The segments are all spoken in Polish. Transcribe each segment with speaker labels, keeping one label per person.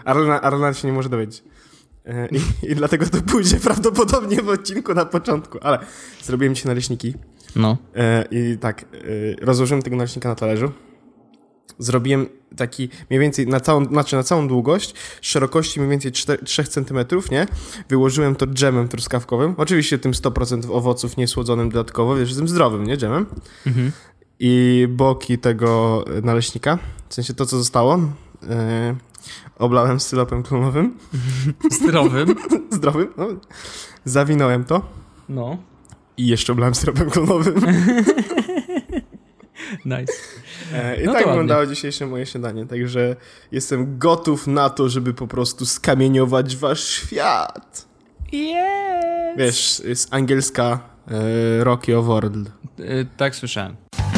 Speaker 1: Arlena się nie może dowiedzieć. I dlatego to pójdzie prawdopodobnie w odcinku na początku, ale zrobiłem ci naleśniki.
Speaker 2: No.
Speaker 1: I tak, rozłożyłem tego naleśnika na talerzu. Zrobiłem taki mniej więcej na całą długość, szerokości mniej więcej 3 cm, nie? Wyłożyłem to dżemem truskawkowym. Oczywiście tym 100% owoców niesłodzonym dodatkowo, wiesz, tym zdrowym, nie? Dżemem. Mhm. I boki tego naleśnika, w sensie to, co zostało, oblałem syropem klonowym.
Speaker 2: Zdrowym?
Speaker 1: Zdrowym, no. Zawinąłem to.
Speaker 2: No.
Speaker 1: I jeszcze oblałem syropem klonowym.
Speaker 2: Nice.
Speaker 1: I tak wyglądało dzisiejsze moje śniadanie, także jestem gotów na to, żeby po prostu skamieniować wasz świat.
Speaker 2: Yes!
Speaker 1: Wiesz, jest angielska Rocky of World.
Speaker 2: Tak słyszałem.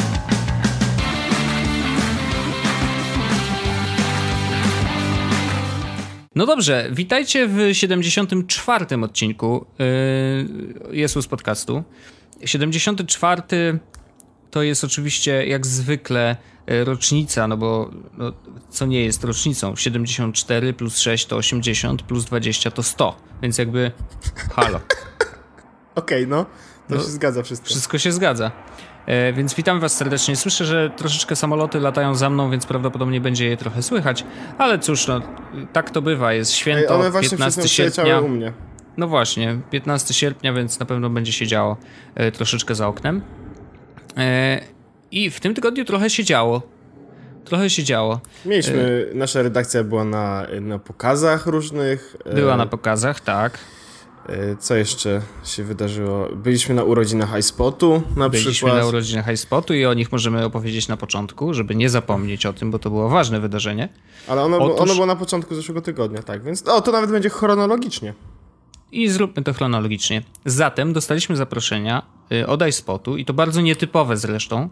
Speaker 2: No dobrze, witajcie w 74. odcinku Jesus Podcastu. 74 to jest oczywiście jak zwykle rocznica, no bo co nie jest rocznicą? 74 plus 6 to 80, plus 20 to 100, więc jakby halo.
Speaker 1: Okej, no, to się zgadza wszystko.
Speaker 2: Wszystko się zgadza. Więc witam was serdecznie. Słyszę, że troszeczkę samoloty latają za mną, więc prawdopodobnie będzie je trochę słychać, ale cóż, no, tak to bywa. Jest święto,
Speaker 1: one właśnie
Speaker 2: 15 sierpnia.
Speaker 1: U mnie.
Speaker 2: No właśnie, 15 sierpnia, więc na pewno będzie się działo troszeczkę za oknem. I w tym tygodniu trochę się działo.
Speaker 1: Nasza redakcja była na pokazach różnych.
Speaker 2: Była na pokazach, tak.
Speaker 1: Co jeszcze się wydarzyło? Byliśmy na urodzinach iSpotu na przykład.
Speaker 2: Byliśmy na urodzinach iSpotu i o nich możemy opowiedzieć na początku, żeby nie zapomnieć o tym, bo to było ważne wydarzenie.
Speaker 1: Ale ono było na początku zeszłego tygodnia, tak, więc to nawet będzie chronologicznie.
Speaker 2: I zróbmy to chronologicznie. Zatem dostaliśmy zaproszenia od iSpotu i to bardzo nietypowe zresztą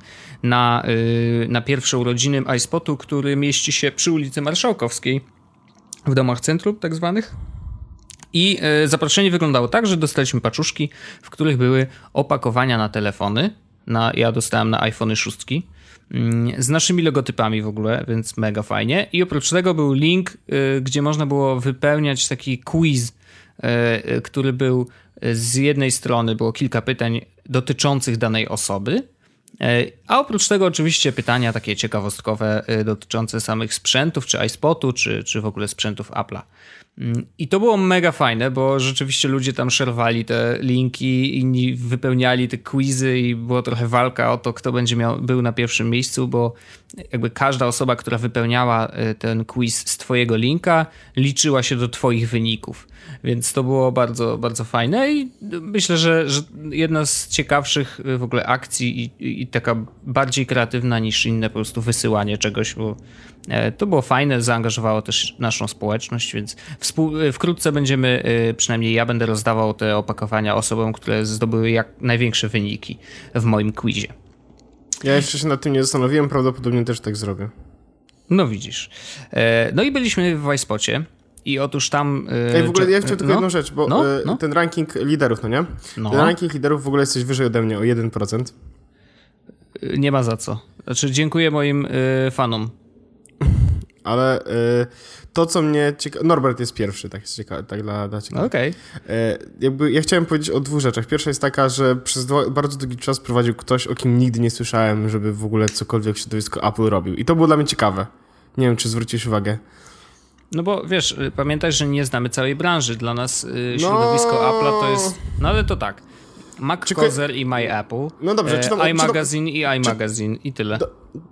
Speaker 2: na pierwsze urodziny iSpotu, który mieści się przy ulicy Marszałkowskiej w domach centrum tak zwanych. I zaproszenie wyglądało tak, że dostaliśmy paczuszki, w których były opakowania na telefony. Ja dostałem na iPhone 6 z naszymi logotypami w ogóle, więc mega fajnie. I oprócz tego był link, gdzie można było wypełniać taki quiz, który był z jednej strony było kilka pytań dotyczących danej osoby, a oprócz tego oczywiście pytania takie ciekawostkowe dotyczące samych sprzętów, czy iSpotu, czy w ogóle sprzętów Apple'a. I to było mega fajne, bo rzeczywiście ludzie tam szerowali te linki, inni wypełniali te quizy i było trochę walka o to, kto będzie był na pierwszym miejscu, bo jakby każda osoba, która wypełniała ten quiz z twojego linka, liczyła się do twoich wyników. Więc to było bardzo, bardzo fajne i myślę, że jedna z ciekawszych w ogóle akcji i taka bardziej kreatywna niż inne po prostu wysyłanie czegoś, bo to było fajne, zaangażowało też naszą społeczność, więc wkrótce będziemy, przynajmniej ja będę rozdawał te opakowania osobom, które zdobyły jak największe wyniki w moim quizie.
Speaker 1: Ja jeszcze się nad tym nie zastanowiłem, prawdopodobnie też tak zrobię.
Speaker 2: No widzisz. No i byliśmy w iSpocie. I otóż tam...
Speaker 1: w ogóle ja chciałem tylko jedną rzecz, bo ten ranking liderów, no nie?
Speaker 2: No.
Speaker 1: Ten ranking liderów w ogóle jesteś wyżej ode mnie o 1%.
Speaker 2: Nie ma za co. Znaczy dziękuję moim fanom.
Speaker 1: Ale to, co mnie ciekawi... Norbert jest pierwszy, tak jest ciekawe, tak dla ciekawe.
Speaker 2: Okej.
Speaker 1: Jakby ja chciałem powiedzieć o dwóch rzeczach. Pierwsza jest taka, że przez bardzo długi czas prowadził ktoś, o kim nigdy nie słyszałem, żeby w ogóle cokolwiek w środowisku Apple robił. I to było dla mnie ciekawe. Nie wiem, czy zwróciłeś uwagę.
Speaker 2: No bo wiesz, pamiętaj, że nie znamy całej branży. Dla nas środowisko Apple'a to jest... No ale to tak. MacCozer i MyApple.
Speaker 1: No dobrze.
Speaker 2: iMagazine i iMagazine i tyle.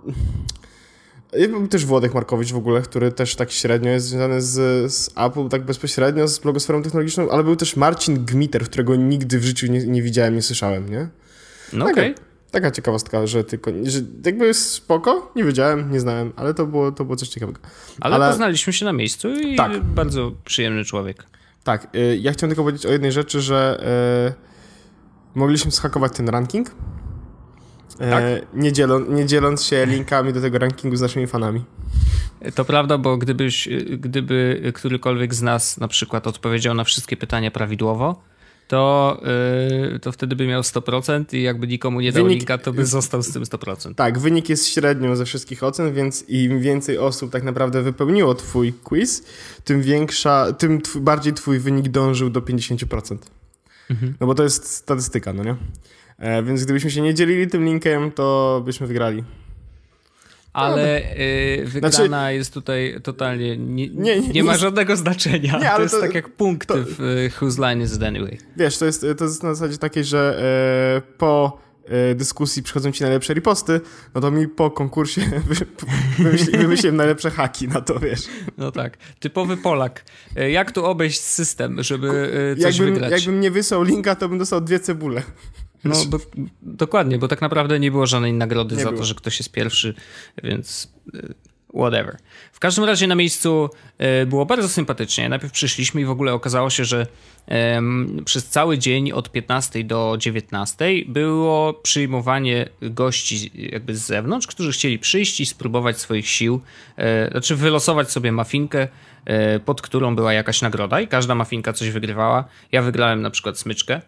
Speaker 1: Był też Włodek Markowicz w ogóle, który też tak średnio jest związany z Apple, tak bezpośrednio, z blogosferą technologiczną, ale był też Marcin Gmiter, którego nigdy w życiu nie widziałem, nie słyszałem, nie?
Speaker 2: No okej.
Speaker 1: Taka ciekawostka, że jakby jest spoko, nie wiedziałem, nie znałem, ale to było coś ciekawego.
Speaker 2: Ale poznaliśmy się na miejscu i
Speaker 1: tak.
Speaker 2: Bardzo przyjemny człowiek.
Speaker 1: Tak, ja chciałem tylko powiedzieć o jednej rzeczy, że mogliśmy zhakować ten ranking,
Speaker 2: tak.
Speaker 1: nie dzieląc się linkami do tego rankingu z naszymi fanami.
Speaker 2: To prawda, bo gdyby którykolwiek z nas na przykład odpowiedział na wszystkie pytania prawidłowo, to wtedy by miał 100% i jakby nikomu nie dał linka, to by został z tym 100%.
Speaker 1: Tak, wynik jest średnią ze wszystkich ocen, więc im więcej osób tak naprawdę wypełniło twój quiz, tym bardziej twój wynik dążył do 50%. No bo to jest statystyka, no nie? Więc gdybyśmy się nie dzielili tym linkiem, to byśmy wygrali.
Speaker 2: Ale wygrana jest tutaj totalnie... Nie ma żadnego znaczenia. Nie, to jest tak jak punkty w Whose Line Is It Anyway.
Speaker 1: Wiesz, to jest na zasadzie takiej, że po dyskusji przychodzą ci najlepsze riposty, no to mi po konkursie wymyśliłem najlepsze haki na to, wiesz.
Speaker 2: No tak. Typowy Polak. Jak tu obejść system, żeby coś wygrać?
Speaker 1: Jakbym nie wysłał linka, to bym dostał 2 cebule.
Speaker 2: No dokładnie, bo tak naprawdę nie było żadnej nagrody za to, że ktoś jest pierwszy, więc whatever. W każdym razie na miejscu było bardzo sympatycznie. Najpierw przyszliśmy i w ogóle okazało się, że przez cały dzień od 15 do 19 było przyjmowanie gości jakby z zewnątrz, którzy chcieli przyjść i spróbować swoich sił, znaczy wylosować sobie mafinkę, pod którą była jakaś nagroda i każda mafinka coś wygrywała. Ja wygrałem na przykład smyczkę.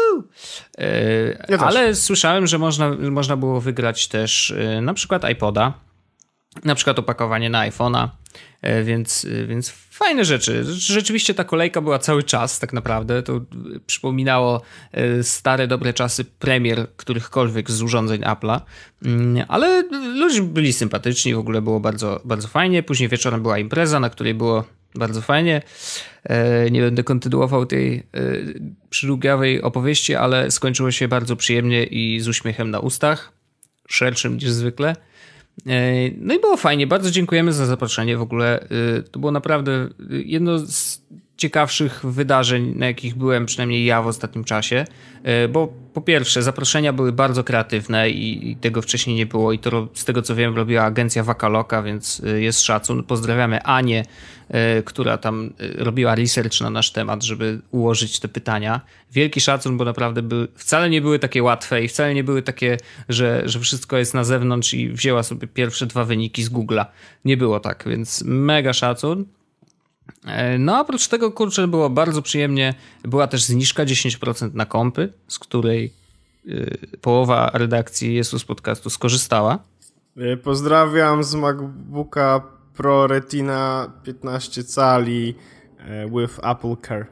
Speaker 2: Ale słyszałem, że można było wygrać też na przykład iPoda, na przykład opakowanie na iPhone'a, więc fajne rzeczy. Rzeczywiście ta kolejka była cały czas tak naprawdę. To przypominało stare, dobre czasy premier którychkolwiek z urządzeń Apple'a, ale ludzie byli sympatyczni, w ogóle było bardzo, bardzo fajnie. Później wieczorem była impreza, na której było bardzo fajnie. Nie będę kontynuował tej przydługawej opowieści, ale skończyło się bardzo przyjemnie i z uśmiechem na ustach, szerszym niż zwykle. No i było fajnie, bardzo dziękujemy za zaproszenie w ogóle. To było naprawdę jedno z ciekawszych wydarzeń, na jakich byłem przynajmniej ja w ostatnim czasie, bo po pierwsze zaproszenia były bardzo kreatywne i tego wcześniej nie było i to z tego co wiem robiła agencja Wakaloka, więc jest szacun. Pozdrawiamy Anię, która tam robiła research na nasz temat, żeby ułożyć te pytania. Wielki szacun, bo naprawdę wcale nie były takie łatwe i wcale nie były takie, że wszystko jest na zewnątrz i wzięła sobie pierwsze 2 wyniki z Google'a. Nie było tak, więc mega szacun. No a oprócz tego, kurczę, było bardzo przyjemnie. Była też zniżka 10% na kompy, z której połowa redakcji Jesus Podcastu skorzystała.
Speaker 1: Pozdrawiam z MacBooka Pro Retina 15 cali with Apple Care.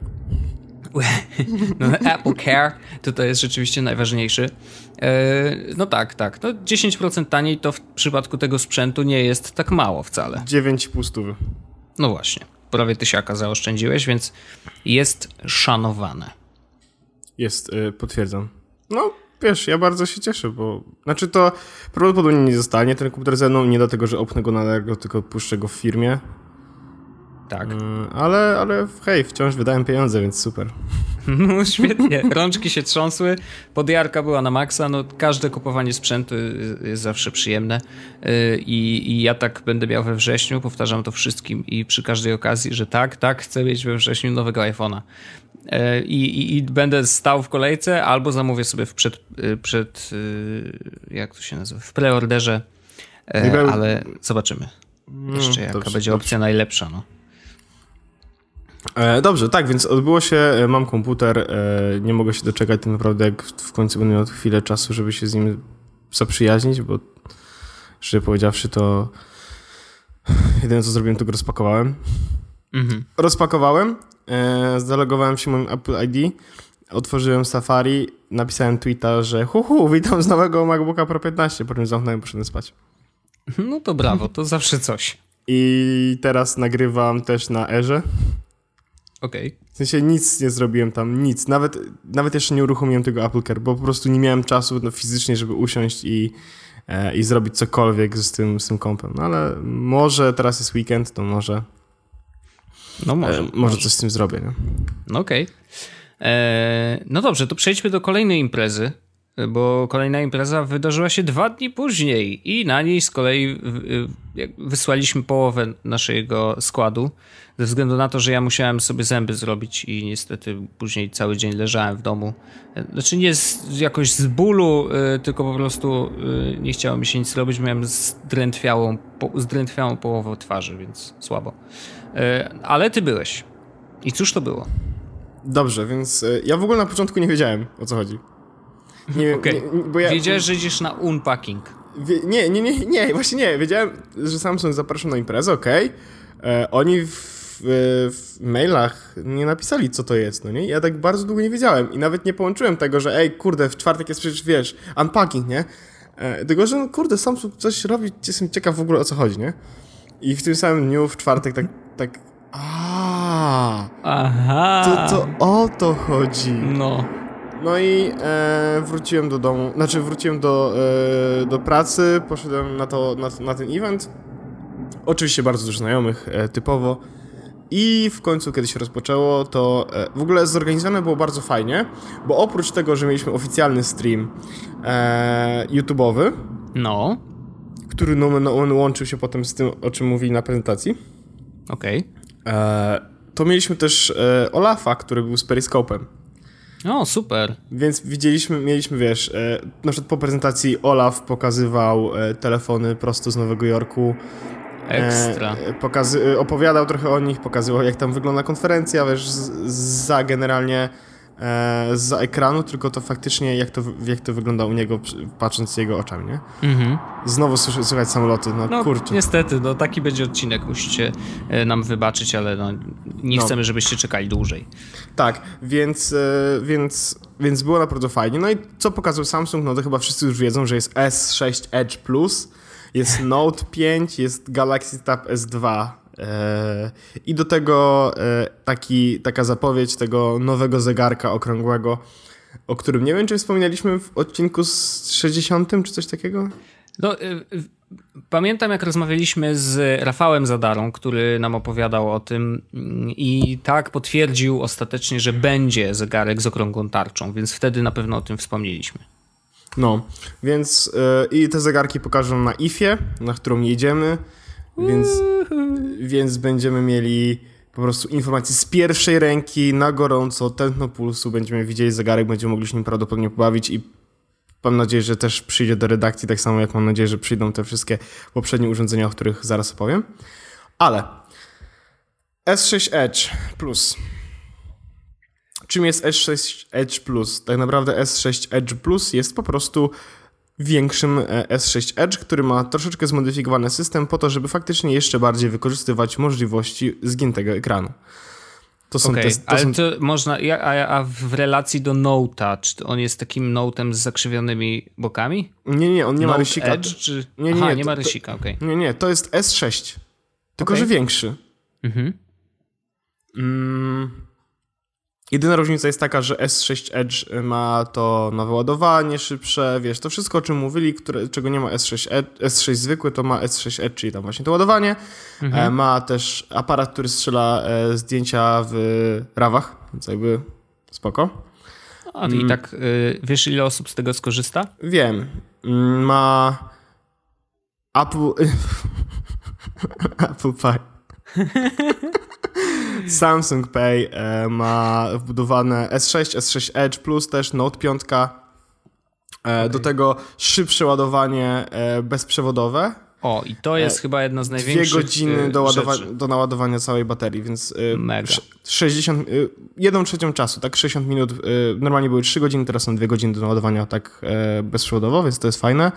Speaker 2: No, Apple Care to jest rzeczywiście najważniejszy. No tak. No 10% taniej to w przypadku tego sprzętu nie jest tak mało wcale.
Speaker 1: 9,5 stówy.
Speaker 2: No właśnie. Prawie 1000 zaoszczędziłeś, więc jest szanowane.
Speaker 1: Jest, potwierdzam. No, wiesz, ja bardzo się cieszę, bo... Znaczy to prawdopodobnie nie zostanie ten komputer ze mną, nie dlatego, że opnę go na Allegro, tylko puszczę go w firmie.
Speaker 2: Tak.
Speaker 1: Ale hej, wciąż wydałem pieniądze, więc super.
Speaker 2: No świetnie. Rączki się trząsły, podjarka była na maksa, no każde kupowanie sprzętu jest zawsze przyjemne i ja tak będę miał we wrześniu, powtarzam to wszystkim i przy każdej okazji, że tak, chcę mieć we wrześniu nowego iPhone'a. I będę stał w kolejce albo zamówię sobie przed jak to się nazywa, w preorderze, ale zobaczymy jeszcze jaka będzie opcja najlepsza, no.
Speaker 1: Dobrze, tak, więc odbyło się, mam komputer, nie mogę się doczekać tak naprawdę, jak w końcu będę miał chwilę czasu, żeby się z nim zaprzyjaźnić, bo szczerze powiedziawszy to jedyne co zrobiłem, to go rozpakowałem. Rozpakowałem, zalogowałem się moim Apple ID, otworzyłem Safari, napisałem tweeta, że witam z nowego MacBooka Pro 15, po czym zamknąłem i poszedłem spać.
Speaker 2: No to brawo, to zawsze coś.
Speaker 1: I teraz nagrywam też na Airze.
Speaker 2: Okej.
Speaker 1: W sensie nic nie zrobiłem tam, nic. Nawet jeszcze nie uruchomiłem tego Apple Care, bo po prostu nie miałem czasu fizycznie, żeby usiąść i zrobić cokolwiek z tym kompem. No ale może teraz jest weekend, to może...
Speaker 2: No może
Speaker 1: coś z tym zrobię, nie?
Speaker 2: No okej. No dobrze, to przejdźmy do kolejnej imprezy, bo kolejna impreza wydarzyła się 2 dni później i na niej z kolei wysłaliśmy połowę naszego składu, ze względu na to, że ja musiałem sobie zęby zrobić i niestety później cały dzień leżałem w domu. Znaczy nie jakoś z bólu, tylko po prostu nie chciało mi się nic robić, miałem zdrętwiałą połowę twarzy, więc słabo. Ale ty byłeś. I cóż to było?
Speaker 1: Dobrze, więc ja w ogóle na początku nie wiedziałem, o co chodzi. Nie,
Speaker 2: Okej.
Speaker 1: bo ja,
Speaker 2: Wiedziałeś, że idziesz na unpacking.
Speaker 1: Nie, właśnie nie. Wiedziałem, że Samsung zapraszał na imprezę, okej. Oni w mailach nie napisali, co to jest, no nie? Ja tak bardzo długo nie wiedziałem i nawet nie połączyłem tego, że kurde, w czwartek jest przecież, wiesz, unpacking, nie? Tylko, że no, kurde, Samsung coś robi, jestem ciekaw w ogóle, o co chodzi, nie? I w tym samym dniu, w czwartek,
Speaker 2: Aha.
Speaker 1: to o to chodzi.
Speaker 2: No.
Speaker 1: No i wróciłem do domu, wróciłem do pracy, poszedłem na ten event. Oczywiście bardzo dużo znajomych, typowo. I w końcu, kiedy się rozpoczęło, to w ogóle zorganizowane było bardzo fajnie, bo oprócz tego, że mieliśmy oficjalny stream YouTube'owy,
Speaker 2: No.
Speaker 1: który nomen omen łączył się potem z tym, o czym mówili na prezentacji,
Speaker 2: Okej.
Speaker 1: to mieliśmy też Olafa, który był z Periscope'em.
Speaker 2: O, super.
Speaker 1: Więc mieliśmy, wiesz, na przykład po prezentacji Olaf pokazywał telefony prosto z Nowego Jorku.
Speaker 2: Ekstra.
Speaker 1: Opowiadał trochę o nich, pokazywał jak tam wygląda konferencja, wiesz, za ekranu, tylko to faktycznie jak to wygląda u niego, patrząc jego oczami, nie?
Speaker 2: Mhm.
Speaker 1: Znowu słychać samoloty, no kurczę.
Speaker 2: Niestety, no taki będzie odcinek, musicie nam wybaczyć, ale no, nie chcemy, żebyście czekali dłużej.
Speaker 1: Tak, więc było naprawdę fajnie. No i co pokazał Samsung? No to chyba wszyscy już wiedzą, że jest S6 Edge Plus, jest Note 5, jest Galaxy Tab S2 i do tego taka zapowiedź tego nowego zegarka okrągłego, o którym nie wiem, czy wspominaliśmy w odcinku z 60 czy coś takiego?
Speaker 2: No, pamiętam, jak rozmawialiśmy z Rafałem Zadarą, który nam opowiadał o tym i tak potwierdził ostatecznie, że będzie zegarek z okrągłą tarczą, więc wtedy na pewno o tym wspomnieliśmy.
Speaker 1: No, więc i te zegarki pokażą na IFie, na którą jedziemy, więc będziemy mieli po prostu informacje z pierwszej ręki, na gorąco, tętno pulsu, będziemy widzieli zegarek, będziemy mogli się nim prawdopodobnie pobawić i mam nadzieję, że też przyjdzie do redakcji, tak samo jak mam nadzieję, że przyjdą te wszystkie poprzednie urządzenia, o których zaraz opowiem. Ale S6 Edge Plus. Czym jest S6 Edge Plus? Tak naprawdę S6 Edge Plus jest po prostu większym S6 Edge, który ma troszeczkę zmodyfikowany system po to, żeby faktycznie jeszcze bardziej wykorzystywać możliwości zgiętego ekranu. To są
Speaker 2: ale to można, a w relacji do Note'a, czy on jest takim Note'em z zakrzywionymi bokami?
Speaker 1: Nie, on nie ma rysika.
Speaker 2: Edge, czy... nie ma rysika, okej.
Speaker 1: Nie, to jest S6, tylko że większy. Mhm. Jedyna różnica jest taka, że S6 Edge ma to nowe ładowanie szybsze, wiesz, to wszystko, o czym mówili, czego nie ma S6 zwykły, to ma S6 Edge, czyli tam właśnie to ładowanie. Ma też aparat, który strzela zdjęcia w RAWach, więc jakby spoko.
Speaker 2: A i tak wiesz, ile osób z tego skorzysta?
Speaker 1: Wiem. Ma Apple Pay. Samsung Pay ma wbudowane S6, S6 Edge Plus też, Note 5. Do tego szybsze ładowanie bezprzewodowe.
Speaker 2: O, i to jest chyba jedna z największych
Speaker 1: 2 godziny do naładowania całej baterii, więc
Speaker 2: mega.
Speaker 1: 1/3 czasu, tak 60 minut, normalnie były 3 godziny, teraz są 2 godziny do naładowania tak bezprzewodowo, więc to jest fajne.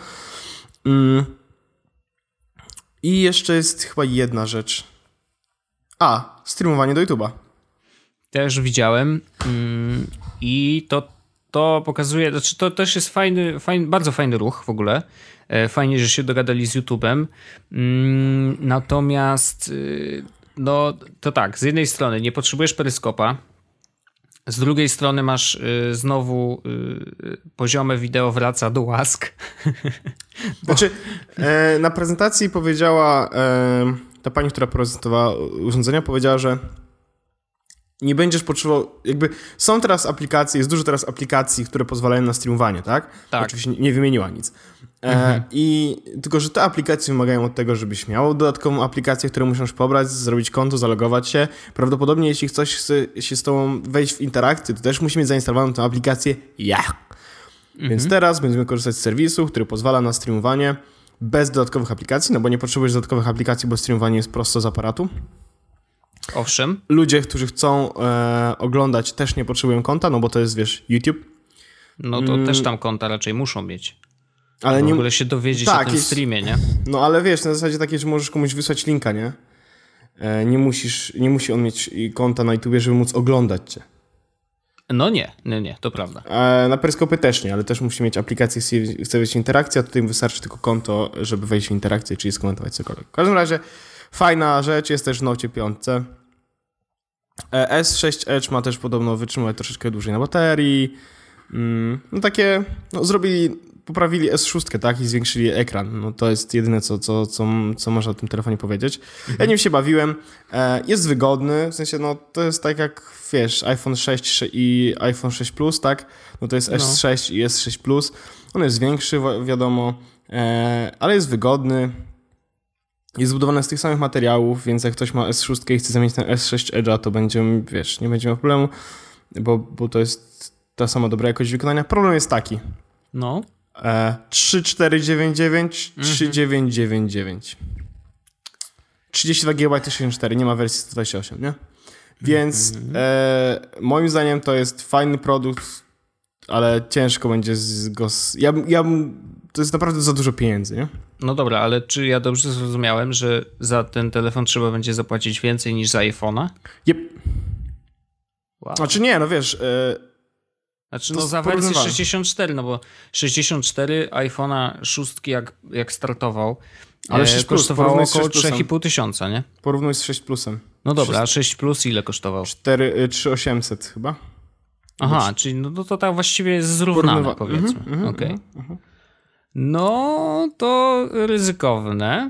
Speaker 1: I jeszcze jest chyba jedna rzecz. Streamowanie do YouTube'a.
Speaker 2: Też widziałem i to pokazuje, znaczy to też jest fajny, bardzo fajny ruch w ogóle. Fajnie, że się dogadali z YouTube'em. Natomiast no to tak, z jednej strony nie potrzebujesz peryskopa, z drugiej strony masz znowu poziome wideo wraca do łask.
Speaker 1: Znaczy, na prezentacji powiedziała ta pani, która prezentowała urządzenia, powiedziała, że nie będziesz potrzebował, jakby są teraz aplikacje, jest dużo teraz aplikacji, które pozwalają na streamowanie, tak?
Speaker 2: Tak.
Speaker 1: Oczywiście nie wymieniła nic. Tylko, że te aplikacje wymagają od tego, żebyś miał dodatkową aplikację, którą musisz pobrać, zrobić konto, zalogować się. Prawdopodobnie jeśli ktoś chce się z tobą wejść w interakcję, to też musi mieć zainstalowaną tę aplikację. Więc teraz będziemy korzystać z serwisu, który pozwala na streamowanie bez dodatkowych aplikacji, no bo nie potrzebujesz dodatkowych aplikacji, bo streamowanie jest prosto z aparatu.
Speaker 2: Owszem.
Speaker 1: Ludzie, którzy chcą oglądać, też nie potrzebują konta, no bo to jest, wiesz, YouTube.
Speaker 2: No to też tam konta raczej muszą mieć.
Speaker 1: Ale
Speaker 2: w
Speaker 1: nie
Speaker 2: ogóle się dowiedzieć
Speaker 1: tak,
Speaker 2: o tym streamie, nie?
Speaker 1: No ale wiesz, na zasadzie takiej, że możesz komuś wysłać linka, nie? Nie musi on mieć konta na YouTubie, żeby móc oglądać cię.
Speaker 2: No nie, to prawda.
Speaker 1: Na Peryskopy też nie, ale też musi mieć aplikację, chce mieć interakcję, a tutaj wystarczy tylko konto, żeby wejść w interakcję, czyli skomentować cokolwiek. W każdym razie fajna rzecz, jest też w Note 5. S6 Edge ma też podobno wytrzymać troszeczkę dłużej na baterii. No takie, no poprawili S6, tak, i zwiększyli ekran. No to jest jedyne, co można o tym telefonie powiedzieć. Ja nim się bawiłem. Jest wygodny, w sensie, no to jest tak jak, wiesz, iPhone 6 i iPhone 6 Plus, tak? No to jest S6 i S6 Plus. On jest większy, wiadomo, ale jest wygodny. Jest zbudowany z tych samych materiałów, więc jak ktoś ma S6 i chce zamienić na S6 Edge'a, to będzie, wiesz, nie będzie miał problemu, bo to jest ta sama dobra jakość wykonania. Problem jest taki.
Speaker 2: No.
Speaker 1: 3499, 3999. 32 GB 64, nie ma wersji 128, nie? Więc moim zdaniem to jest fajny produkt, ale ciężko będzie to jest naprawdę za dużo pieniędzy, nie?
Speaker 2: No dobra, ale czy ja dobrze zrozumiałem, że za ten telefon trzeba będzie zapłacić więcej niż za iPhone'a?
Speaker 1: Yep.
Speaker 2: Wow.
Speaker 1: Znaczy nie, no wiesz...
Speaker 2: Znaczy, no za wersję 64, no bo 64 iPhone'a 6 jak startował,
Speaker 1: ale 6 Plus,
Speaker 2: kosztowało około
Speaker 1: 6
Speaker 2: 3,5 tysiąca, nie?
Speaker 1: Porównuj z 6 Plusem.
Speaker 2: No dobra, a 6 Plus ile kosztował?
Speaker 1: 3800 chyba.
Speaker 2: Aha, czyli no to tak właściwie jest zrównane, powiedzmy. Okej. No to ryzykowne,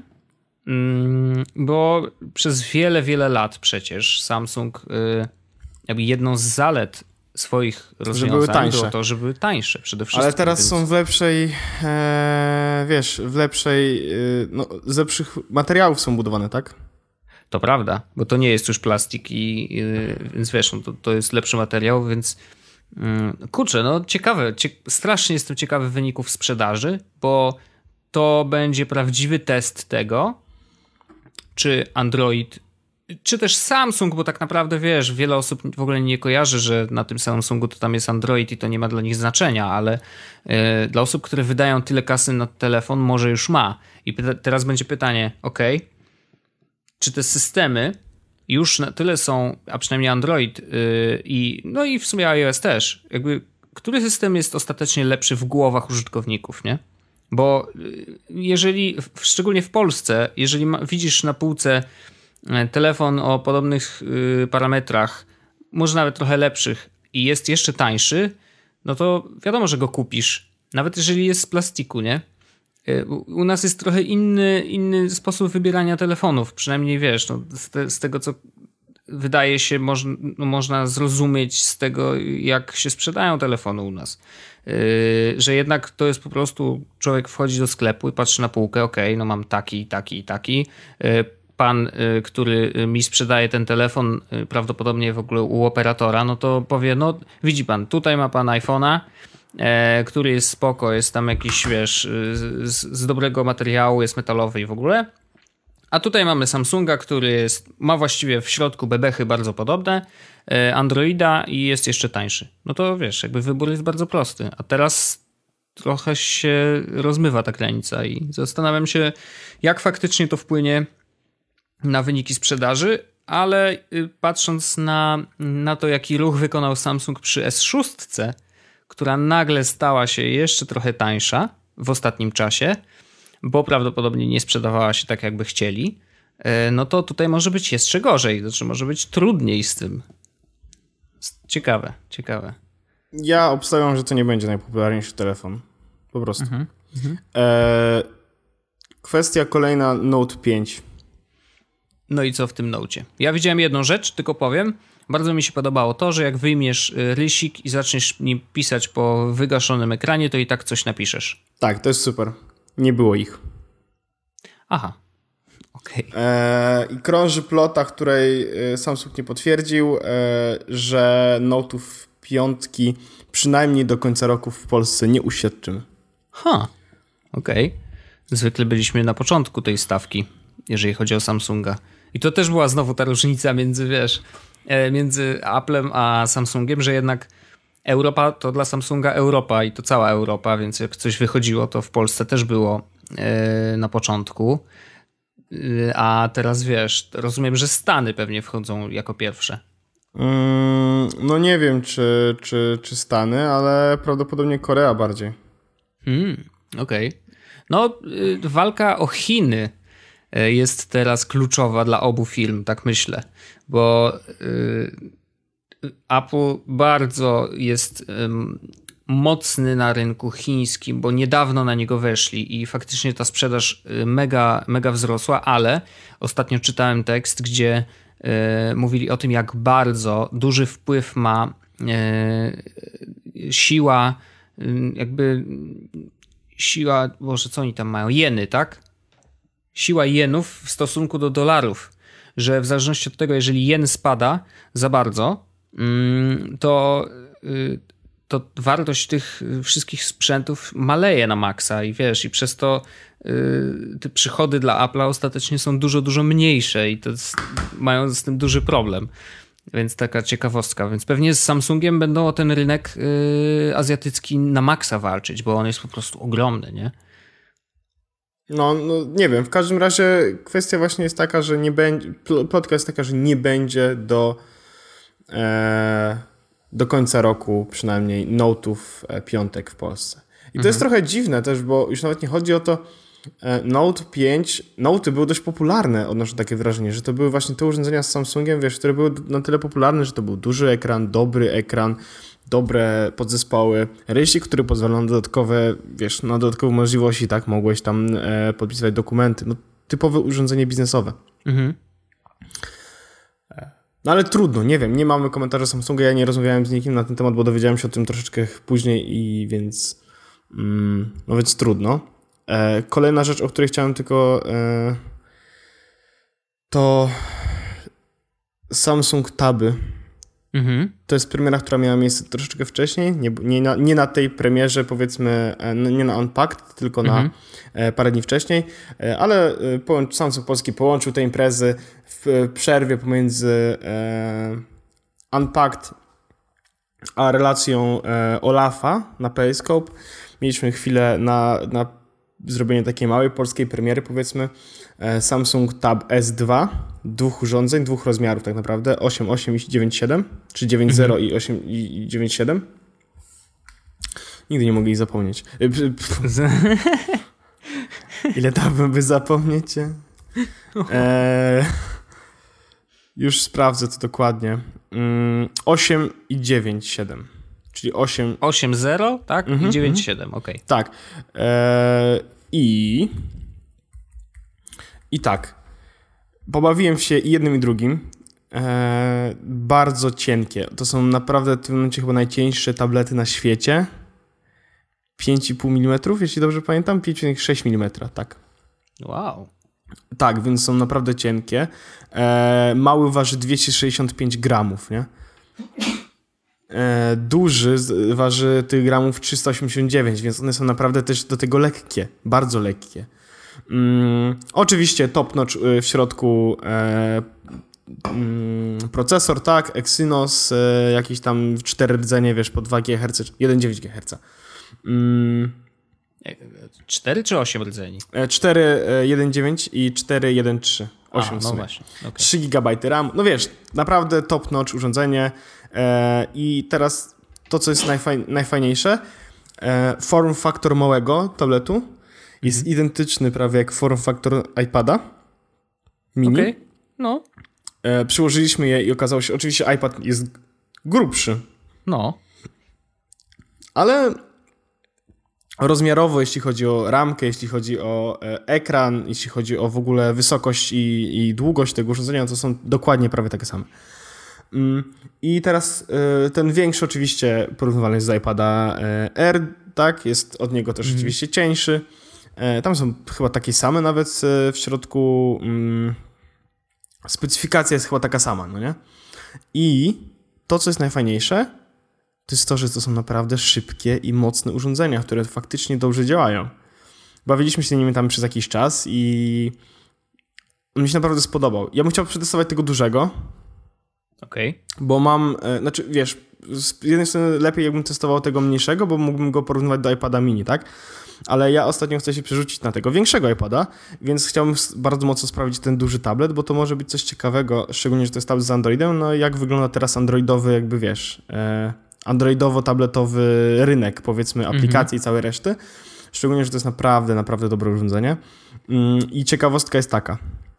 Speaker 2: bo przez wiele, wiele lat przecież Samsung jakby jedną z zalet swoich rozwiązań było to, że były tańsze przede wszystkim.
Speaker 1: Ale teraz są w lepszej, no z lepszych materiałów są budowane, tak?
Speaker 2: To prawda, bo to nie jest już plastik więc wiesz, no to jest lepszy materiał, więc kurczę, no ciekawe, strasznie jestem ciekawy wyników sprzedaży, bo to będzie prawdziwy test tego, czy Android, czy też Samsung, bo tak naprawdę wiesz, wiele osób w ogóle nie kojarzy, że na tym Samsungu to tam jest Android i to nie ma dla nich znaczenia, ale dla osób, które wydają tyle kasy na telefon, może już ma. I teraz będzie pytanie, czy te systemy już na tyle są, a przynajmniej Android no i w sumie iOS też, jakby który system jest ostatecznie lepszy w głowach użytkowników, nie? Bo jeżeli, szczególnie w Polsce, jeżeli widzisz na półce telefon o podobnych parametrach, może nawet trochę lepszych i jest jeszcze tańszy, no to wiadomo, że go kupisz. Nawet jeżeli jest z plastiku, nie? U nas jest trochę inny sposób wybierania telefonów. Przynajmniej wiesz, no, z tego co wydaje się można zrozumieć z tego, jak się sprzedają telefony u nas. Że jednak to jest po prostu człowiek wchodzi do sklepu i patrzy na półkę, no mam taki, taki i taki. Pan, który mi sprzedaje ten telefon, prawdopodobnie w ogóle u operatora, no to powie, no widzi pan, tutaj ma pan iPhone'a, który jest spoko, jest tam jakiś, wiesz, z dobrego materiału, jest metalowy i w ogóle. A tutaj mamy Samsunga, który ma właściwie w środku bebechy bardzo podobne, Androida i jest jeszcze tańszy. No to wiesz, jakby wybór jest bardzo prosty. A teraz trochę się rozmywa ta granica i zastanawiam się, jak faktycznie to wpłynie na wyniki sprzedaży, ale patrząc na to, jaki ruch wykonał Samsung przy S6, która nagle stała się jeszcze trochę tańsza w ostatnim czasie, bo prawdopodobnie nie sprzedawała się tak, jakby chcieli, no to tutaj może być jeszcze gorzej, znaczy może być trudniej z tym. Ciekawe.
Speaker 1: Ja obstawiam, że to nie będzie najpopularniejszy telefon. Po prostu. Kwestia kolejna, Note 5.
Speaker 2: No i co w tym Note'cie? Ja widziałem jedną rzecz, tylko powiem. Bardzo mi się podobało to, że jak wyjmiesz rysik i zaczniesz nim pisać po wygaszonym ekranie, to i tak coś napiszesz.
Speaker 1: Tak, to jest super. Nie było ich.
Speaker 2: Aha, okej.
Speaker 1: I krąży plota, której Samsung nie potwierdził, że Note'ów 5 przynajmniej do końca roku w Polsce nie uświadczymy.
Speaker 2: Okej. Zwykle byliśmy na początku tej stawki, jeżeli chodzi o Samsunga. I to też była znowu ta różnica między, wiesz, między Applem a Samsungiem, że jednak Europa to dla Samsunga Europa i to cała Europa, więc jak coś wychodziło, to w Polsce też było na początku. A teraz wiesz, rozumiem, że Stany pewnie wchodzą jako pierwsze.
Speaker 1: No nie wiem, czy Stany, ale prawdopodobnie Korea bardziej.
Speaker 2: Okej. No, walka o Chiny jest teraz kluczowa dla obu firm, tak myślę, bo Apple bardzo jest mocny na rynku chińskim, bo niedawno na niego weszli i faktycznie ta sprzedaż mega, mega wzrosła, ale ostatnio czytałem tekst, gdzie mówili o tym, jak bardzo duży wpływ ma siła, Boże, co oni tam mają? Jeny, tak? Siła jenów w stosunku do dolarów, że w zależności od tego, jeżeli jen spada za bardzo, to wartość tych wszystkich sprzętów maleje na maksa i wiesz, i przez to te przychody dla Apple'a ostatecznie są dużo, dużo mniejsze i mają z tym duży problem. Więc taka ciekawostka. Więc pewnie z Samsungiem będą o ten rynek azjatycki na maksa walczyć, bo on jest po prostu ogromny, nie?
Speaker 1: No nie wiem, w każdym razie kwestia właśnie jest taka, że nie będzie, plotka jest taka, że nie będzie do końca roku przynajmniej Note'ów piątek w Polsce. I to jest trochę dziwne też, bo już nawet nie chodzi o to, Note 5, Note'y były dość popularne, odnoszę takie wrażenie, że to były właśnie te urządzenia z Samsungiem, wiesz, które były na tyle popularne, że to był duży ekran, dobry ekran, dobre podzespoły, rysik, który pozwala na dodatkowe, wiesz, na dodatkowe możliwości, tak, mogłeś tam podpisywać dokumenty, no typowe urządzenie biznesowe. No ale trudno, nie wiem, nie mamy komentarza Samsunga, ja nie rozmawiałem z nikim na ten temat, bo dowiedziałem się o tym troszeczkę później i więc trudno. Kolejna rzecz, o której chciałem tylko to Samsung Taby. To jest premiera, która miała miejsce troszeczkę wcześniej, nie na tej premierze, powiedzmy, nie na Unpacked, tylko na parę dni wcześniej, ale Samsung Polski połączył te imprezy w przerwie pomiędzy Unpacked a relacją Olafa na Periscope. Mieliśmy chwilę na zrobienie takiej małej polskiej premiery, powiedzmy, Samsung Tab S2, dwóch urządzeń, dwóch rozmiarów tak naprawdę, 8.8 i 9.7, czy 9.0 i 8 i 9.7. Nigdy nie mogę ich zapomnieć. Ile dałbym, by zapomnieć? Już sprawdzę to dokładnie. 8 i 9.7. Czyli
Speaker 2: 8.0, tak? I 9.7, okej.
Speaker 1: Tak. I tak. Pobawiłem się i jednym i drugim. Bardzo cienkie. To są naprawdę w tym momencie chyba najcieńsze tablety na świecie. 5,5 mm, jeśli dobrze pamiętam. 5,6 mm, tak.
Speaker 2: Wow.
Speaker 1: Tak, więc są naprawdę cienkie. Mały waży 265 gramów, nie? Duży waży tych gramów 389, więc one są naprawdę też do tego lekkie, bardzo lekkie. Oczywiście top notch w środku procesor, tak, Exynos, jakieś tam 4 rdzenie, wiesz, po 2 GHz, 1,9 GHz.
Speaker 2: 4 czy 8 rdzeni?
Speaker 1: 4, 1,9 i 4, 1,3. 8
Speaker 2: no właśnie. Okay.
Speaker 1: 3 GB RAM. No wiesz, naprawdę top notch urządzenie. I teraz to, co jest najfajniejsze, form factor małego tabletu jest identyczny prawie jak form factor iPada mini.
Speaker 2: Okay. No.
Speaker 1: Przyłożyliśmy je i okazało się, oczywiście iPad jest grubszy.
Speaker 2: No.
Speaker 1: Ale rozmiarowo, jeśli chodzi o ramkę, jeśli chodzi o ekran, jeśli chodzi o w ogóle wysokość i długość tego urządzenia, to są dokładnie prawie takie same. I teraz ten większy oczywiście porównywalny jest z iPada Air, tak, jest od niego też oczywiście cieńszy. Tam są chyba takie same nawet w środku. Specyfikacja jest chyba taka sama, no nie? I to, co jest najfajniejsze, to jest to, że to są naprawdę szybkie i mocne urządzenia, które faktycznie dobrze działają. Bawiliśmy się nimi tam przez jakiś czas i On mi się naprawdę spodobał. Ja bym chciał przetestować tego dużego,
Speaker 2: Okej.
Speaker 1: bo mam, znaczy wiesz, z jednej strony lepiej jakbym testował tego mniejszego, bo mógłbym go porównywać do iPada mini, tak? Ale ja ostatnio chcę się przerzucić na tego większego iPada, więc chciałbym bardzo mocno sprawdzić ten duży tablet, bo to może być coś ciekawego, szczególnie, że to jest tablet z Androidem, no jak wygląda teraz androidowy, jakby wiesz, androidowo-tabletowy rynek, powiedzmy, aplikacji i całej reszty. Szczególnie, że to jest naprawdę, naprawdę dobre urządzenie. I ciekawostka jest taka.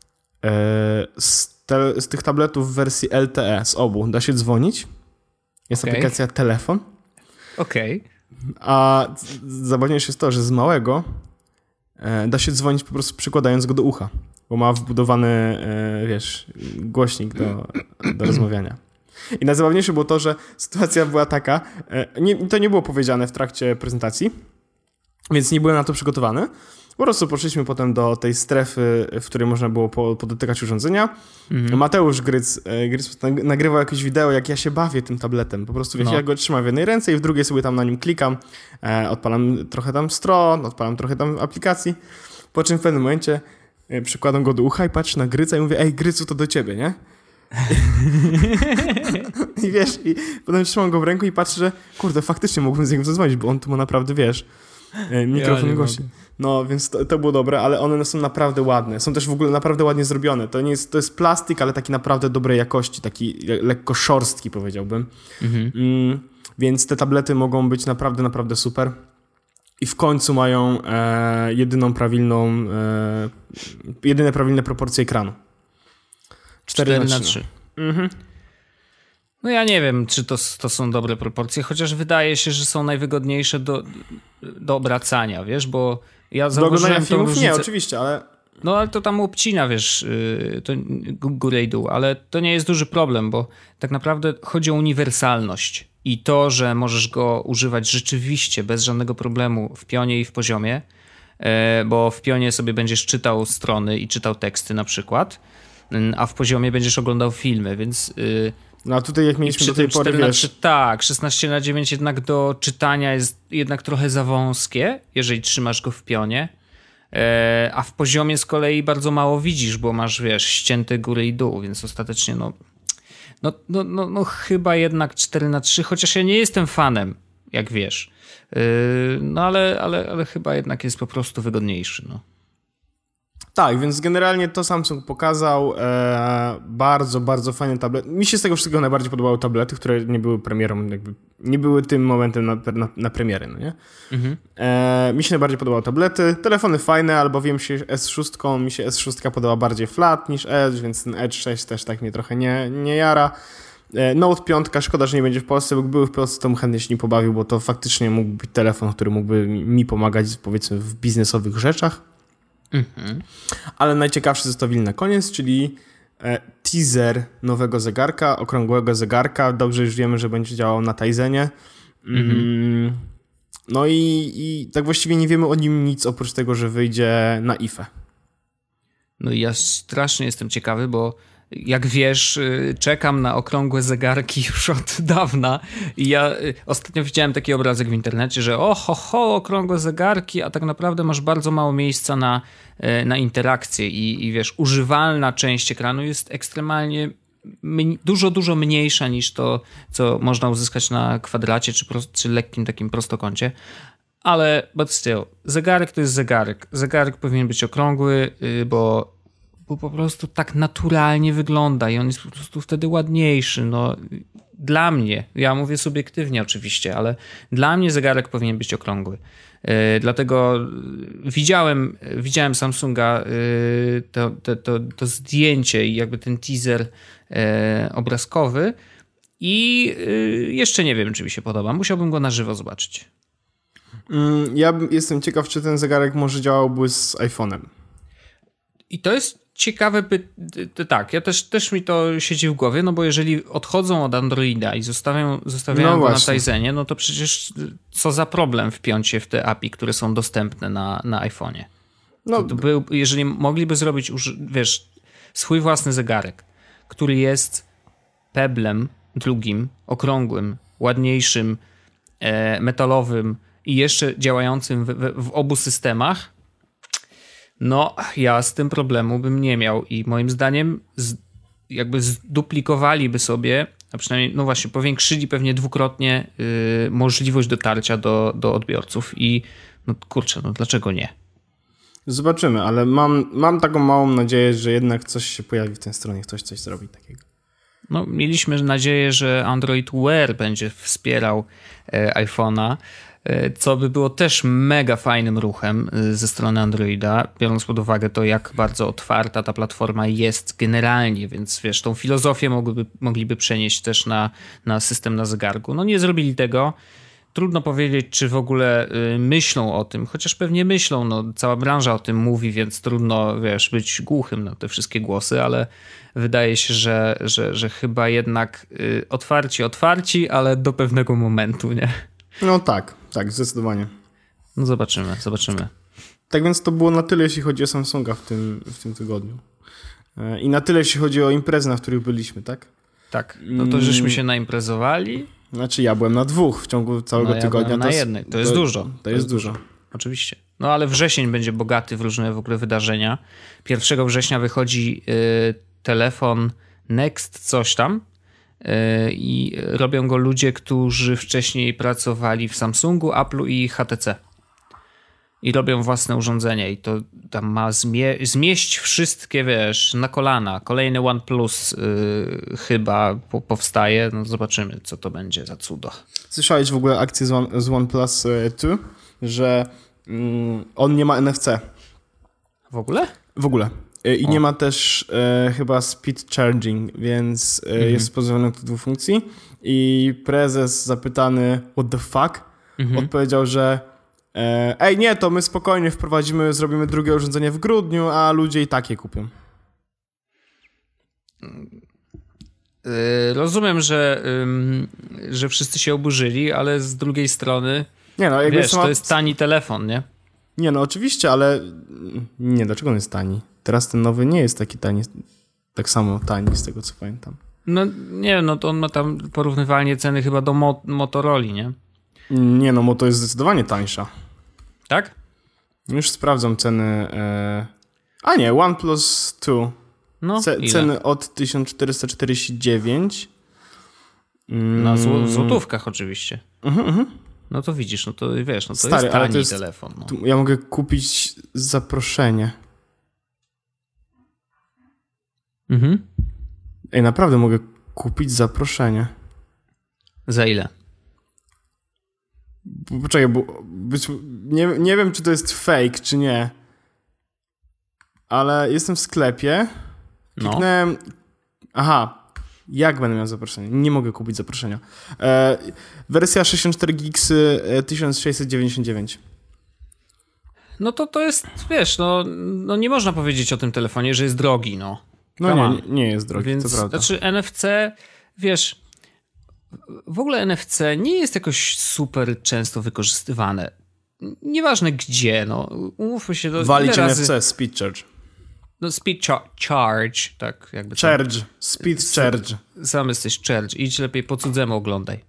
Speaker 1: Z tych tabletów w wersji LTE, z obu, da się dzwonić. Jest aplikacja Telefon.
Speaker 2: Okej.
Speaker 1: A zabawniejsze jest to, że z małego da się dzwonić po prostu przykładając go do ucha, bo ma wbudowany, wiesz, głośnik do rozmawiania. I najzabawniejsze było to, że sytuacja była taka, to nie było powiedziane w trakcie prezentacji, więc nie byłem na to przygotowany. Po prostu poszliśmy potem do tej strefy, w której można było podotykać urządzenia. Mateusz Gryc nagrywał jakieś wideo, jak ja się bawię tym tabletem. Po prostu wiesz, ja go trzymam w jednej ręce i w drugiej sobie tam na nim klikam, odpalam trochę tam stron, odpalam trochę tam aplikacji, po czym w pewnym momencie przykładam go do ucha i patrzę na Gryca i mówię, ej Grycu, to do ciebie, nie? I wiesz, i potem trzymam go w ręku i patrzę, że kurde, faktycznie mógłbym z niego zadzwonić, bo on tu ma naprawdę, wiesz, mikrofon gości. No, więc to było dobre, ale one są naprawdę ładne. Są też w ogóle naprawdę ładnie zrobione. To jest plastik, ale taki naprawdę dobrej jakości, taki lekko szorstki, powiedziałbym. Więc te tablety mogą być naprawdę, naprawdę super. I w końcu mają jedyne prawilne proporcje ekranu.
Speaker 2: 4:3. No ja nie wiem, czy to są dobre proporcje, chociaż wydaje się, że są najwygodniejsze do obracania, wiesz, bo ja zauważyłem tą różnicę.
Speaker 1: Nie, oczywiście, ale...
Speaker 2: No ale to tam obcina, wiesz, to górę i dół, ale to nie jest duży problem, bo tak naprawdę chodzi o uniwersalność i to, że możesz go używać rzeczywiście bez żadnego problemu w pionie i w poziomie, bo w pionie sobie będziesz czytał strony i czytał teksty na przykład, a w poziomie będziesz oglądał filmy, więc...
Speaker 1: No a tutaj jak mieliśmy do tej pory,
Speaker 2: 4:3, tak, 16:9 jednak do czytania jest jednak trochę za wąskie, jeżeli trzymasz go w pionie, a w poziomie z kolei bardzo mało widzisz, bo masz, wiesz, ścięte góry i dół, więc ostatecznie no chyba jednak 4:3, chociaż ja nie jestem fanem, jak wiesz, no ale chyba jednak jest po prostu wygodniejszy, no.
Speaker 1: Tak, więc generalnie to Samsung pokazał. Bardzo, bardzo fajny tablet. Mi się z tego wszystkiego najbardziej podobały tablety, które nie były premierą, jakby nie były tym momentem na premiery, no nie? Mi się najbardziej podobały tablety. Telefony fajne, albowiem się S6, mi się S6 podoba bardziej flat niż Edge, więc ten Edge 6 też tak mnie trochę nie jara. Note 5, szkoda, że nie będzie w Polsce, bo gdyby był w Polsce, to bym chętnie się nim pobawił, bo to faktycznie mógłby być telefon, który mógłby mi pomagać, powiedzmy, w biznesowych rzeczach. Ale najciekawsze zostawili na koniec, czyli teaser nowego zegarka, okrągłego zegarka. Dobrze już wiemy, że będzie działał na Tizenie. No i tak właściwie nie wiemy o nim nic, oprócz tego, że wyjdzie na IFE.
Speaker 2: No i ja strasznie jestem ciekawy, bo jak wiesz, czekam na okrągłe zegarki już od dawna i ja ostatnio widziałem taki obrazek w internecie, że okrągłe zegarki, a tak naprawdę masz bardzo mało miejsca na interakcję i wiesz, używalna część ekranu jest ekstremalnie dużo mniejsza niż to, co można uzyskać na kwadracie czy lekkim takim prostokącie. Ale but still, zegarek to jest zegarek. Zegarek powinien być okrągły, bo po prostu tak naturalnie wygląda i on jest po prostu wtedy ładniejszy. No, dla mnie, ja mówię subiektywnie oczywiście, ale dla mnie zegarek powinien być okrągły. Dlatego widziałem Samsunga to zdjęcie i jakby ten teaser obrazkowy i jeszcze nie wiem, czy mi się podoba. Musiałbym go na żywo zobaczyć.
Speaker 1: Ja jestem ciekaw, czy ten zegarek może działałby z iPhone'em.
Speaker 2: I to jest ciekawe tak, ja też mi to siedzi w głowie, no bo jeżeli odchodzą od Androida i zostawiają
Speaker 1: no
Speaker 2: go na Tizenie, no to przecież co za problem wpiąć się w te API, które są dostępne na iPhone'ie. No. Jeżeli mogliby zrobić, wiesz, swój własny zegarek, który jest peblem drugim, okrągłym, ładniejszym, metalowym i jeszcze działającym w obu systemach, No, ja z tym problemu bym nie miał i moim zdaniem jakby zduplikowaliby sobie, a przynajmniej, no właśnie, powiększyli pewnie dwukrotnie możliwość dotarcia do odbiorców i no kurczę, no dlaczego nie?
Speaker 1: Zobaczymy, ale mam taką małą nadzieję, że jednak coś się pojawi w tej stronie, ktoś coś zrobi takiego.
Speaker 2: No, mieliśmy nadzieję, że Android Wear będzie wspierał iPhone'a, co by było też mega fajnym ruchem ze strony Androida, biorąc pod uwagę to, jak bardzo otwarta ta platforma jest generalnie, więc wiesz, tą filozofię mogliby przenieść też na system na zegarku. No nie zrobili tego. Trudno powiedzieć, czy w ogóle myślą o tym, chociaż pewnie myślą, no cała branża o tym mówi, więc trudno, wiesz, być głuchym na te wszystkie głosy, ale wydaje się, że chyba jednak otwarci, ale do pewnego momentu, nie?
Speaker 1: No tak, zdecydowanie.
Speaker 2: No zobaczymy.
Speaker 1: Tak więc to było na tyle, jeśli chodzi o Samsunga w tym tygodniu. I na tyle, jeśli chodzi o imprezy, na których byliśmy, tak?
Speaker 2: Tak, no to żeśmy się naimprezowali.
Speaker 1: Znaczy ja byłem na 2 w ciągu całego tygodnia.
Speaker 2: Byłem na jednej. To jest dużo.
Speaker 1: To jest dużo.
Speaker 2: Oczywiście. No ale wrzesień będzie bogaty w różne w ogóle wydarzenia. 1 września wychodzi telefon Next coś tam i robią go ludzie, którzy wcześniej pracowali w Samsungu, Apple'u i HTC. I robią własne urządzenie i to tam ma zmieść wszystkie, wiesz, na kolana. Kolejny OnePlus chyba powstaje. No zobaczymy, co to będzie za cudo.
Speaker 1: Słyszałeś w ogóle akcję z OnePlus 2, że on nie ma NFC.
Speaker 2: W ogóle?
Speaker 1: W ogóle. I nie ma też chyba speed charging, więc jest pozbawiony tych 2 funkcji. I prezes zapytany what the fuck odpowiedział, że ej nie, to my spokojnie zrobimy drugie urządzenie w grudniu, a ludzie i tak je kupią.
Speaker 2: Rozumiem, że wszyscy się oburzyli, ale z drugiej strony
Speaker 1: nie, no, jakby
Speaker 2: wiesz, to jest tani telefon, nie?
Speaker 1: Nie, no oczywiście, ale nie, dlaczego on jest tani? Teraz ten nowy nie jest taki tani, tak samo tani z tego co pamiętam.
Speaker 2: No nie, no to on ma tam porównywalnie ceny chyba do Motorola, nie?
Speaker 1: Nie, no Moto jest zdecydowanie tańsza.
Speaker 2: Tak?
Speaker 1: Już sprawdzam ceny. A nie, OnePlus 2.
Speaker 2: No,
Speaker 1: ceny od 1449.
Speaker 2: Na złotówkach oczywiście. No to widzisz, no to wiesz, no to
Speaker 1: Stary,
Speaker 2: jest tani
Speaker 1: to jest,
Speaker 2: telefon. No.
Speaker 1: Ja mogę kupić zaproszenie. Ej, naprawdę mogę kupić zaproszenie.
Speaker 2: Za ile?
Speaker 1: Poczekaj, bo nie wiem, czy to jest fake, czy nie. Ale jestem w sklepie. Kliknąłem... Aha. Jak będę miał zaproszenie? Nie mogę kupić zaproszenia. Wersja 64 GB 1699.
Speaker 2: No to jest, wiesz, no nie można powiedzieć o tym telefonie, że jest drogi, no.
Speaker 1: No nie jest drogi,
Speaker 2: więc,
Speaker 1: to prawda.
Speaker 2: Znaczy NFC, wiesz, w ogóle NFC nie jest jakoś super często wykorzystywane. Nieważne gdzie, no. Umówmy się.
Speaker 1: Walić NFC, speed charge.
Speaker 2: No speed charge, tak jakby.
Speaker 1: Charge, speed charge.
Speaker 2: Sam jesteś charge. Idź lepiej po cudzemu oglądaj.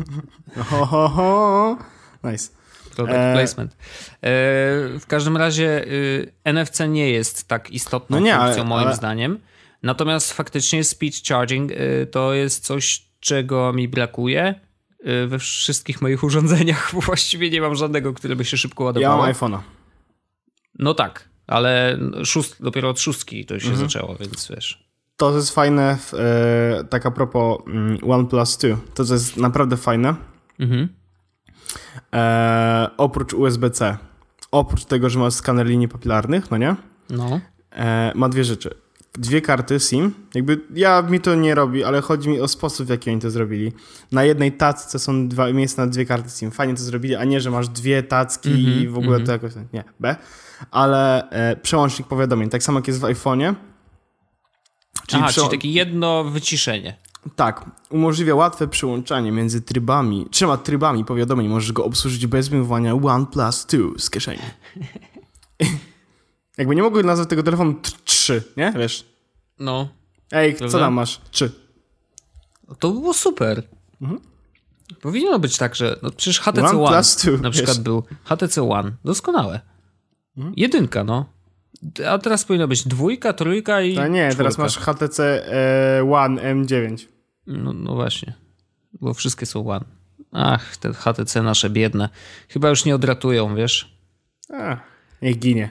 Speaker 1: Nice.
Speaker 2: Product placement. W każdym razie NFC nie jest tak istotną funkcją moim zdaniem. Natomiast faktycznie speed charging to jest coś, czego mi brakuje we wszystkich moich urządzeniach. Właściwie nie mam żadnego, które by się szybko ładowało.
Speaker 1: Ja mam iPhone'a.
Speaker 2: No tak, ale dopiero od 6 to się zaczęło, więc wiesz.
Speaker 1: To jest fajne, tak a propos OnePlus 2. To jest naprawdę fajne. Oprócz USB-C. Oprócz tego, że ma skaner linii papilarnych, no nie?
Speaker 2: No.
Speaker 1: Ma 2 rzeczy. 2 karty SIM. Jakby mi to nie robi, ale chodzi mi o sposób, w jaki oni to zrobili. Na jednej tacce są miejsca na 2 karty SIM. Fajnie to zrobili, a nie, że masz 2 tacki i w ogóle to jakoś... Nie, B. Ale przełącznik powiadomień, tak samo jak jest w iPhone'ie.
Speaker 2: Czyli takie jedno wyciszenie.
Speaker 1: Tak, umożliwia łatwe przyłączanie między 3 trybami powiadomień. Możesz go obsłużyć bez wyjmowania OnePlus 2 z kieszeni. Jakby nie mogłem nazwać tego telefonu 3, nie? Wiesz?
Speaker 2: No.
Speaker 1: Ej, co tam masz? 3.
Speaker 2: To było super. Powinno być tak, że no przecież HTC One na przykład był. HTC One, doskonałe. 1, no. A teraz powinno być 2, 3 i
Speaker 1: A nie,
Speaker 2: 4.
Speaker 1: teraz masz HTC One M9.
Speaker 2: No właśnie, bo wszystkie są One. Ach, te HTC nasze biedne. Chyba już nie odratują, wiesz?
Speaker 1: Niech ginie.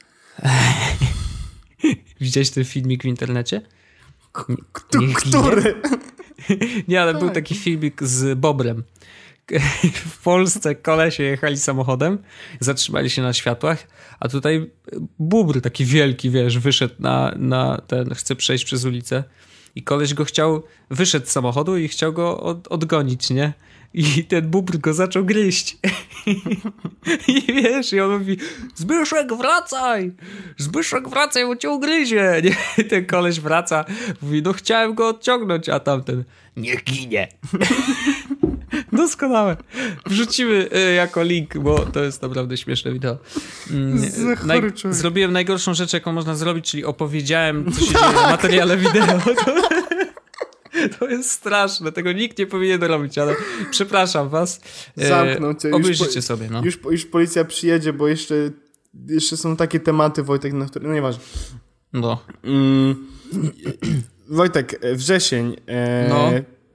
Speaker 2: Widziałeś ten filmik w internecie?
Speaker 1: Który?
Speaker 2: Nie, ale był taki filmik z Bobrem. W Polsce kolesie jechali samochodem, zatrzymali się na światłach, a tutaj bóbr taki wielki, wiesz, wyszedł na ten, chce przejść przez ulicę i koleś go wyszedł z samochodu i chciał go odgonić, nie? I ten bóbr go zaczął gryźć. I wiesz, i on mówi, Zbyszek, wracaj! Zbyszek, wracaj, bo cię ugryzie! Nie? I ten koleś wraca, mówi, no chciałem go odciągnąć, a tamten, niech ginie. Doskonałe. Wrzucimy jako link, bo to jest naprawdę śmieszne wideo. Zrobiłem najgorszą rzecz, jaką można zrobić, czyli opowiedziałem, co się dzieje w materiale wideo. To jest straszne, tego nikt nie powinien robić, ale przepraszam was.
Speaker 1: Zamknął cię.
Speaker 2: Obejrzyjcie sobie. No.
Speaker 1: Już policja przyjedzie, bo jeszcze są takie tematy, Wojtek, na które... No nieważne.
Speaker 2: No.
Speaker 1: Wojtek, wrzesień.
Speaker 2: No.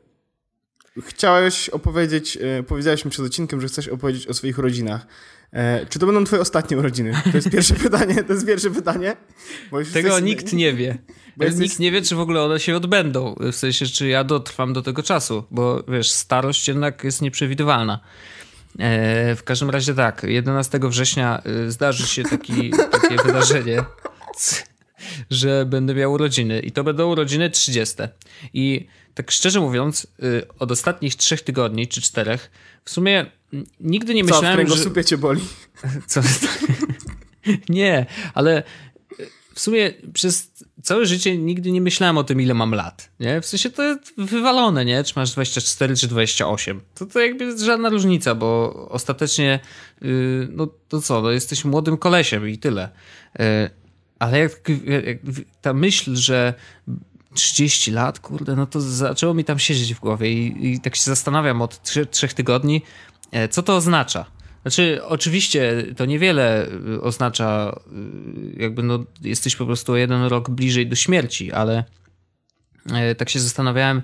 Speaker 1: Powiedziałeś mi przed odcinkiem, że chcesz opowiedzieć o swoich urodzinach. Czy to będą twoje ostatnie urodziny? To jest pierwsze pytanie.
Speaker 2: Tego nikt nie wie. Nikt nie wie, czy w ogóle one się odbędą. W sensie, czy ja dotrwam do tego czasu, bo wiesz, starość jednak jest nieprzewidywalna. W każdym razie tak, 11 września zdarzy się takie wydarzenie, że będę miał urodziny i to będą urodziny 30. I tak szczerze mówiąc, od ostatnich 3 tygodni czy 4 w sumie nigdy nie myślałem,
Speaker 1: w kręgosłupie cię boli?
Speaker 2: Co? Nie, ale w sumie przez całe życie nigdy nie myślałem o tym, ile mam lat. Nie? W sensie to jest wywalone, nie? Czy masz 24 czy 28. To jakby jest żadna różnica, bo ostatecznie no to co, no jesteś młodym kolesiem i tyle. Ale jak ta myśl, że 30 lat, kurde, no to zaczęło mi tam siedzieć w głowie i tak się zastanawiam od 3 tygodni, co to oznacza. Znaczy, oczywiście to niewiele oznacza, jakby no jesteś po prostu o 1 rok bliżej do śmierci, ale tak się zastanawiałem,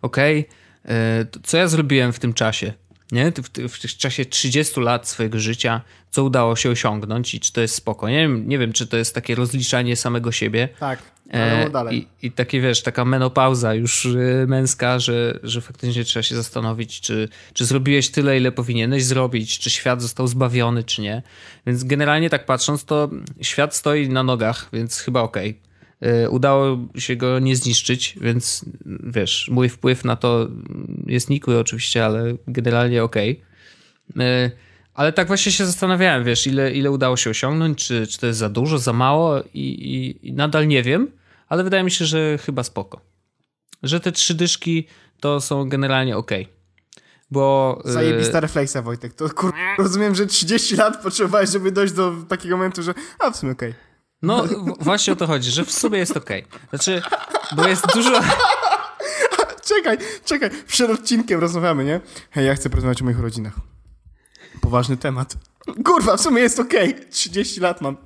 Speaker 2: co ja zrobiłem w tym czasie, nie? W czasie 30 lat swojego życia, co udało się osiągnąć i czy to jest spoko. Nie wiem, czy to jest takie rozliczanie samego siebie.
Speaker 1: Tak, ale dalej.
Speaker 2: I takie, wiesz, taka menopauza już męska, że faktycznie trzeba się zastanowić, czy zrobiłeś tyle, ile powinieneś zrobić, czy świat został zbawiony, czy nie. Więc generalnie tak patrząc, to świat stoi na nogach, więc chyba okej. Udało się go nie zniszczyć, więc wiesz, mój wpływ na to jest nikły oczywiście, ale generalnie okej. Ale tak właśnie się zastanawiałem, wiesz, ile udało się osiągnąć, czy to jest za dużo, za mało i nadal nie wiem, ale wydaje mi się, że chyba spoko. Że te 3 dyszki to są generalnie okej. Bo...
Speaker 1: Zajebista refleksja, Wojtek. To rozumiem, że 30 lat potrzebowałeś, żeby dojść do takiego momentu, że w sumie okej.
Speaker 2: No właśnie o to chodzi, że w sumie jest okej. Znaczy, bo jest dużo...
Speaker 1: Czekaj, przed odcinkiem rozmawiamy, nie? Hej, ja chcę porozmawiać o moich rodzinach. Poważny temat. Kurwa, w sumie jest okej. 30 lat mam.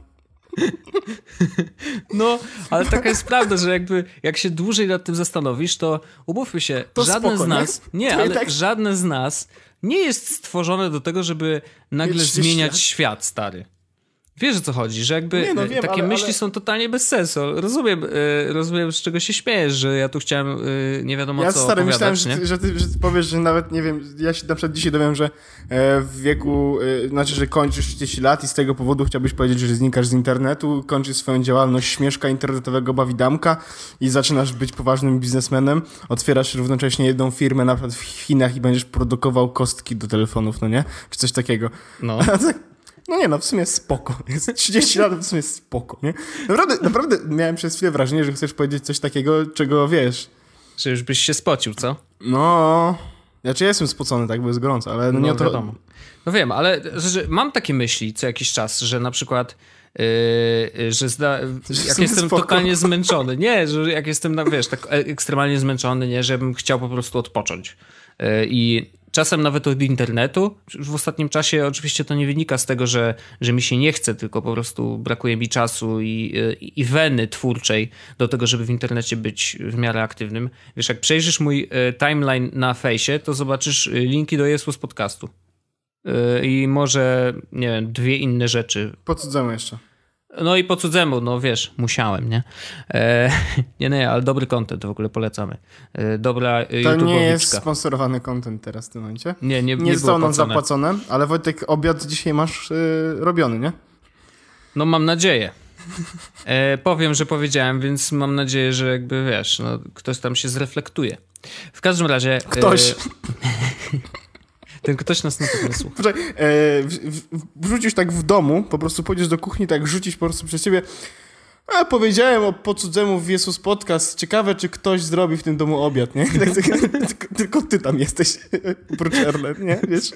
Speaker 2: No, ale taka jest prawda, że jakby jak się dłużej nad tym zastanowisz, to umówmy się,
Speaker 1: to
Speaker 2: żadne
Speaker 1: spoko,
Speaker 2: z nas, żadne z nas nie jest stworzone do tego, żeby nagle zmieniać świat, stary. Wiesz, o co chodzi, że jakby
Speaker 1: wiem,
Speaker 2: takie myśli są totalnie bez sensu. Rozumiem, z czego się śmiejesz, że ja tu chciałem nie wiadomo co opowiadać.
Speaker 1: Myślałem, że ty powiesz, że nawet, nie wiem, ja się na przykład dzisiaj dowiem, że w wieku, że kończysz 30 lat i z tego powodu chciałbyś powiedzieć, że znikasz z internetu, kończysz swoją działalność śmieszka internetowego bawidamka i zaczynasz być poważnym biznesmenem, otwierasz równocześnie jedną firmę na przykład w Chinach i będziesz produkował kostki do telefonów, no nie? Czy coś takiego.
Speaker 2: No.
Speaker 1: No w sumie spoko. Jest 30 lat, w sumie spoko, nie? Naprawdę miałem przez chwilę wrażenie, że chcesz powiedzieć coś takiego, czego wiesz.
Speaker 2: Że już byś się spocił, co?
Speaker 1: No, ja jestem spocony, tak, bo jest gorąco, ale nie o to...
Speaker 2: Wiadomo. No wiem, ale że mam takie myśli co jakiś czas, że na przykład jak jestem totalnie zmęczony, nie, że jak jestem, wiesz, tak ekstremalnie zmęczony, nie, że bym chciał po prostu odpocząć. czasem nawet od internetu. W ostatnim czasie oczywiście to nie wynika z tego, że mi się nie chce, tylko po prostu brakuje mi czasu i weny twórczej do tego, żeby w internecie być w miarę aktywnym. Wiesz, jak przejrzysz mój timeline na fejsie, to zobaczysz linki do Jesus podcastu. I może, nie wiem, 2 inne rzeczy.
Speaker 1: Po cudzemu jeszcze.
Speaker 2: No i po cudzemu, no wiesz, musiałem, nie? Nie, ale dobry content w ogóle polecamy. Dobra
Speaker 1: To
Speaker 2: YouTube'owiczka.
Speaker 1: nie jest sponsorowany content teraz w tym momencie.
Speaker 2: Nie
Speaker 1: zostało nam
Speaker 2: płacone.
Speaker 1: zapłacone, ale Wojtek, obiad dzisiaj masz robiony, nie?
Speaker 2: No mam nadzieję. Powiem, że powiedziałem, więc mam nadzieję, że jakby wiesz, no, ktoś tam się zreflektuje. W każdym razie...
Speaker 1: Ktoś.
Speaker 2: Ten ktoś nas na to wysłucha.
Speaker 1: Poczekaj, wrzucisz tak w domu, po prostu pójdziesz do kuchni, tak rzucić po prostu przez ciebie. Powiedziałem po cudzemu w Jesus Podcast. Ciekawe, czy ktoś zrobi w tym domu obiad, nie? Tylko ty tam jesteś, oprócz Erle, nie? Wiesz?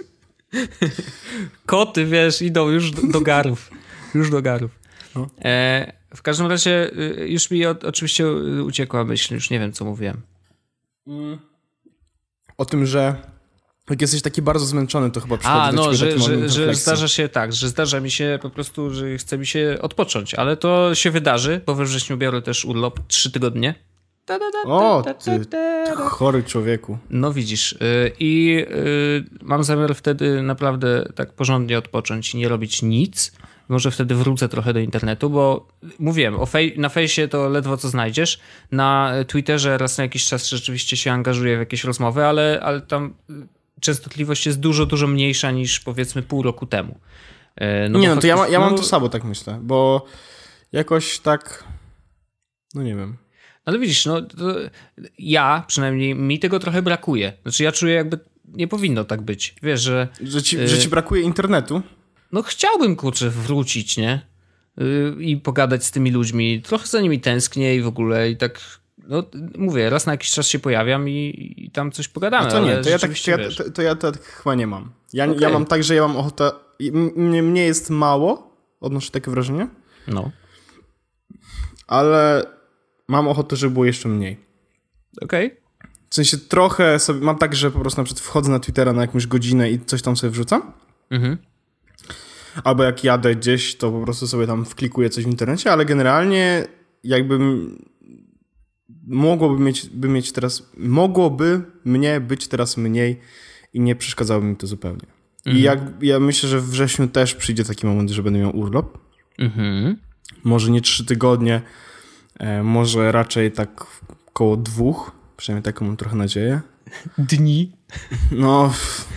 Speaker 2: Koty, wiesz, idą już do garów. Już do garów.
Speaker 1: No.
Speaker 2: W każdym razie już mi oczywiście uciekła myśl, już nie wiem, co mówiłem.
Speaker 1: O tym, że jak jesteś taki bardzo zmęczony, to chyba przychodzi do ciebie taki moment
Speaker 2: że
Speaker 1: refleksji.
Speaker 2: zdarza się tak, że zdarza mi się po prostu, że chce mi się odpocząć, ale to się wydarzy, bo we wrześniu biorę też urlop 3 tygodnie.
Speaker 1: O, ty chory człowieku.
Speaker 2: No widzisz. I mam zamiar wtedy naprawdę tak porządnie odpocząć i nie robić nic. Może wtedy wrócę trochę do internetu, bo mówiłem, na fejsie to ledwo co znajdziesz. Na Twitterze raz na jakiś czas rzeczywiście się angażuję w jakieś rozmowy, ale tam częstotliwość jest dużo, dużo mniejsza niż powiedzmy pół roku temu.
Speaker 1: To ja mam to samo, tak myślę, bo jakoś tak, no nie wiem.
Speaker 2: Ale widzisz, no ja przynajmniej mi tego trochę brakuje. Znaczy ja czuję jakby nie powinno tak być. Wiesz, że...
Speaker 1: Że ci brakuje internetu?
Speaker 2: No chciałbym, kurczę, wrócić, nie? I pogadać z tymi ludźmi. Trochę za nimi tęsknię i w ogóle i tak... No mówię, raz na jakiś czas się pojawiam i tam coś pogadamy.
Speaker 1: No to nie,
Speaker 2: ale
Speaker 1: to ja tak chyba nie mam. Ja
Speaker 2: Okay.
Speaker 1: mam tak, że ja mam ochotę... Mnie jest mało, odnoszę takie wrażenie.
Speaker 2: No.
Speaker 1: Ale mam ochotę, żeby było jeszcze mniej.
Speaker 2: Okej. Okay.
Speaker 1: W sensie trochę sobie... Mam tak, że po prostu na przykład wchodzę na Twittera na jakąś godzinę i coś tam sobie wrzucam. Mhm. Albo jak jadę gdzieś, to po prostu sobie tam wklikuję coś w internecie, ale generalnie jakbym... Mogłoby mnie być teraz mniej i nie przeszkadzało mi to zupełnie. I ja myślę, że w wrześniu też przyjdzie taki moment, że będę miał urlop. Może nie 3 tygodnie, może raczej tak koło 2, przynajmniej taką mam trochę nadzieję.
Speaker 2: Dni?
Speaker 1: No...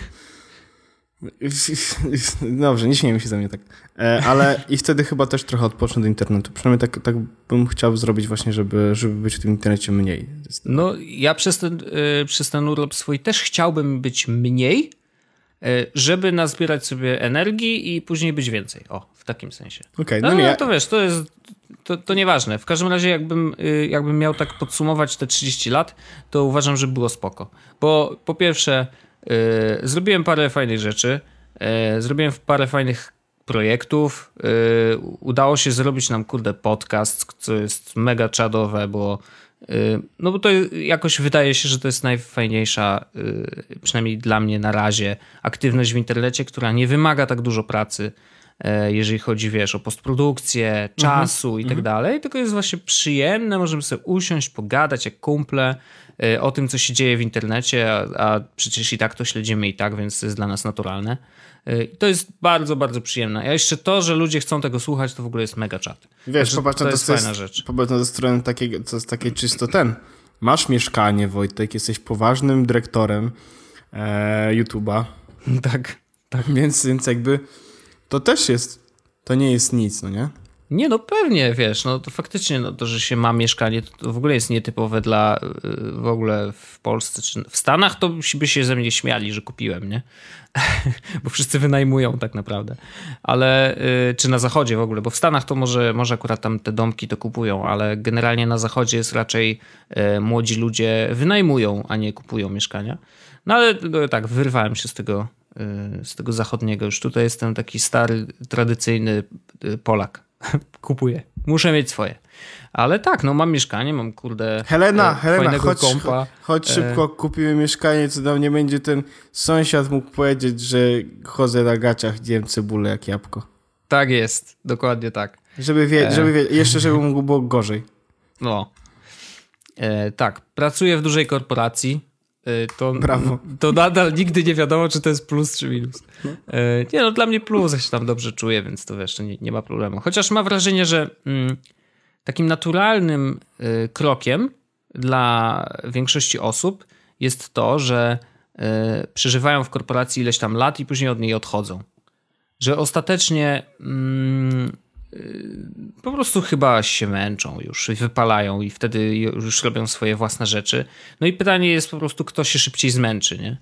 Speaker 1: Dobrze, nie śmiejmy się ze mnie tak. Ale i wtedy chyba też trochę odpocznę do internetu. Przynajmniej tak bym chciał zrobić właśnie, żeby być w tym internecie mniej.
Speaker 2: No ja przez ten urlop swój też chciałbym być mniej, żeby nazbierać sobie energii i później być więcej. O, w takim sensie.
Speaker 1: Okay,
Speaker 2: to wiesz, to nieważne. W każdym razie jakbym miał tak podsumować te 30 lat, to uważam, że było spoko. Bo po pierwsze zrobiłem parę fajnych rzeczy, zrobiłem parę fajnych projektów, udało się zrobić nam podcast, co jest mega czadowe, bo to jakoś wydaje się, że to jest najfajniejsza, przynajmniej dla mnie na razie, aktywność w internecie, która nie wymaga tak dużo pracy, jeżeli chodzi, wiesz, o postprodukcję, czasu i tak dalej, tylko jest właśnie przyjemne, możemy sobie usiąść, pogadać jak kumple o tym, co się dzieje w internecie, a przecież i tak to śledzimy i tak, więc to jest dla nas naturalne. I to jest bardzo, bardzo przyjemne. A jeszcze to, że ludzie chcą tego słuchać, to w ogóle jest mega czat.
Speaker 1: Wiesz, popatrz,
Speaker 2: to jest fajna rzecz.
Speaker 1: Popatrz na tę stronę takiego, co jest takie czysto masz mieszkanie, Wojtek, jesteś poważnym dyrektorem YouTube'a.
Speaker 2: Tak.
Speaker 1: Więc jakby to też jest, to nie jest nic, no nie?
Speaker 2: Nie, no pewnie, wiesz, no to faktycznie to, że się ma mieszkanie, to w ogóle jest nietypowe dla w ogóle w Polsce, czy w Stanach to by się ze mnie śmiali, że kupiłem, nie? Bo wszyscy wynajmują tak naprawdę. Ale, czy na zachodzie w ogóle, bo w Stanach to może akurat tam te domki to kupują, ale generalnie na zachodzie jest raczej młodzi ludzie wynajmują, a nie kupują mieszkania. No ale tak, wyrwałem się z tego zachodniego. Już tutaj jestem taki stary, tradycyjny Polak. kupuję. Muszę mieć swoje. Ale tak, no mam mieszkanie, mam kurde
Speaker 1: Helena,
Speaker 2: fajnego kompa.
Speaker 1: chodź szybko, kupimy mieszkanie, co tam nie będzie ten sąsiad mógł powiedzieć, że chodzę na gaciach, jem cebulę jak jabłko.
Speaker 2: Tak jest, dokładnie tak.
Speaker 1: Jeszcze żeby mu było gorzej.
Speaker 2: No. Tak, pracuję w dużej korporacji.
Speaker 1: Brawo.
Speaker 2: To nadal nigdy nie wiadomo, czy to jest plus, czy minus. Nie no, dla mnie plus, ja się tam dobrze czuję, więc to wiesz, to nie ma problemu. Chociaż mam wrażenie, że takim naturalnym krokiem dla większości osób jest to, że przeżywają w korporacji ileś tam lat i później od niej odchodzą. Że ostatecznie po prostu chyba się męczą już i wypalają i wtedy już robią swoje własne rzeczy. No i pytanie jest po prostu, kto się szybciej zmęczy, nie?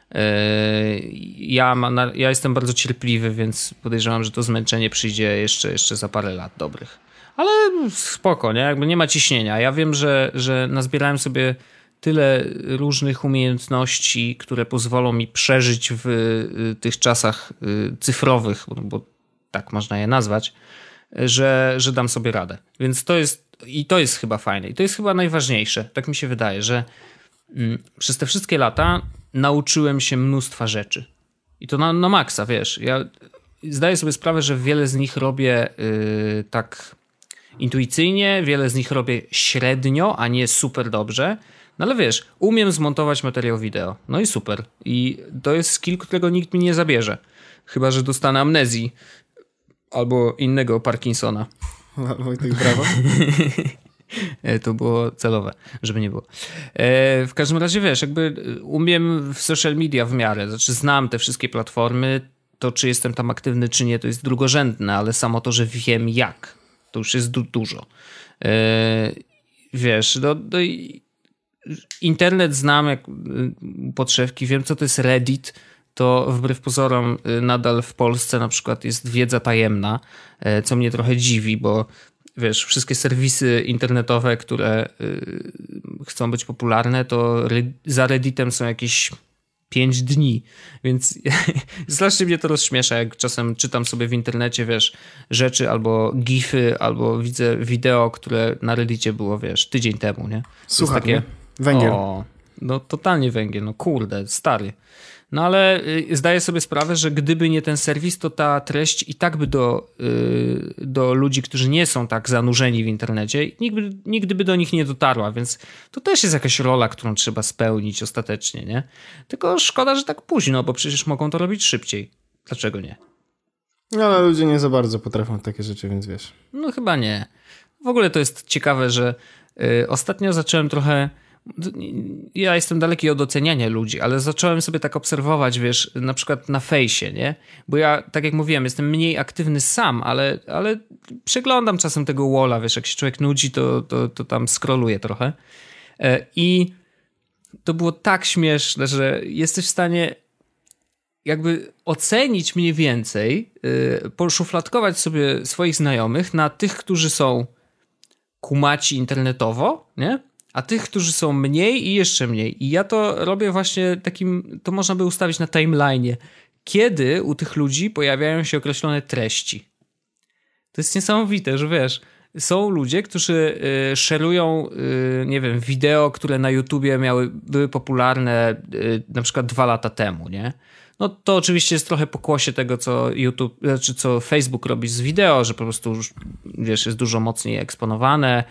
Speaker 2: Ja jestem bardzo cierpliwy, więc podejrzewam, że to zmęczenie przyjdzie jeszcze za parę lat dobrych. Ale spoko, nie? Jakby nie ma ciśnienia. Ja wiem, że nazbierałem sobie tyle różnych umiejętności, które pozwolą mi przeżyć w tych czasach cyfrowych, bo tak można je nazwać, że dam sobie radę. Więc to jest chyba fajne i to jest chyba najważniejsze. Tak mi się wydaje, że przez te wszystkie lata nauczyłem się mnóstwa rzeczy. I to na maksa, wiesz. Ja zdaję sobie sprawę, że wiele z nich robię tak intuicyjnie, wiele z nich robię średnio, a nie super dobrze. No ale wiesz, umiem zmontować materiał wideo. No i super. I to jest skill, którego nikt mi nie zabierze. Chyba że dostanę amnezji albo innego Parkinsona.
Speaker 1: Wojtek, brawo.
Speaker 2: To było celowe, żeby nie było. W każdym razie wiesz, jakby umiem w social media w miarę. Znaczy znam te wszystkie platformy. To czy jestem tam aktywny, czy nie, to jest drugorzędne, ale samo to, że wiem jak, to już jest dużo. Wiesz, internet znam jak podszewki, wiem co to jest Reddit, to wbrew pozorom nadal w Polsce na przykład jest wiedza tajemna, co mnie trochę dziwi, bo wiesz, wszystkie serwisy internetowe, które chcą być popularne, to za Redditem są jakieś 5 dni, więc strasznie mnie to rozśmiesza, jak czasem czytam sobie w internecie, wiesz, rzeczy albo gify, albo widzę wideo, które na Reddicie było, wiesz, tydzień temu, nie?
Speaker 1: Słuchaj,
Speaker 2: takie,
Speaker 1: węgiel.
Speaker 2: No totalnie węgiel, no kurde, stary. No ale zdaję sobie sprawę, że gdyby nie ten serwis, to ta treść i tak by do ludzi, którzy nie są tak zanurzeni w internecie, nigdy by do nich nie dotarła, więc to też jest jakaś rola, którą trzeba spełnić ostatecznie, nie? Tylko szkoda, że tak późno, bo przecież mogą to robić szybciej. Dlaczego nie?
Speaker 1: No ale ludzie nie za bardzo potrafią takie rzeczy, więc wiesz.
Speaker 2: No chyba nie. W ogóle to jest ciekawe, że ostatnio zacząłem trochę... Ja jestem daleki od oceniania ludzi, ale zacząłem sobie tak obserwować, wiesz, na przykład na fejsie, nie? Bo ja, tak jak mówiłem, jestem mniej aktywny sam, ale przeglądam czasem tego walla, wiesz, jak się człowiek nudzi, to tam scrolluję trochę. I to było tak śmieszne, że jesteś w stanie jakby ocenić mniej więcej, poszufladkować sobie swoich znajomych na tych, którzy są kumaci internetowo, nie? A tych, którzy są mniej i jeszcze mniej. I ja to robię właśnie takim, to można by ustawić na timeline'ie, kiedy u tych ludzi pojawiają się określone treści. To jest niesamowite, że wiesz, są ludzie, którzy szerują, nie wiem, wideo, które na YouTubie były popularne na przykład 2 lata temu, nie? No to oczywiście jest trochę pokłosie tego, co co Facebook robi z wideo, że po prostu już, wiesz, jest dużo mocniej eksponowane,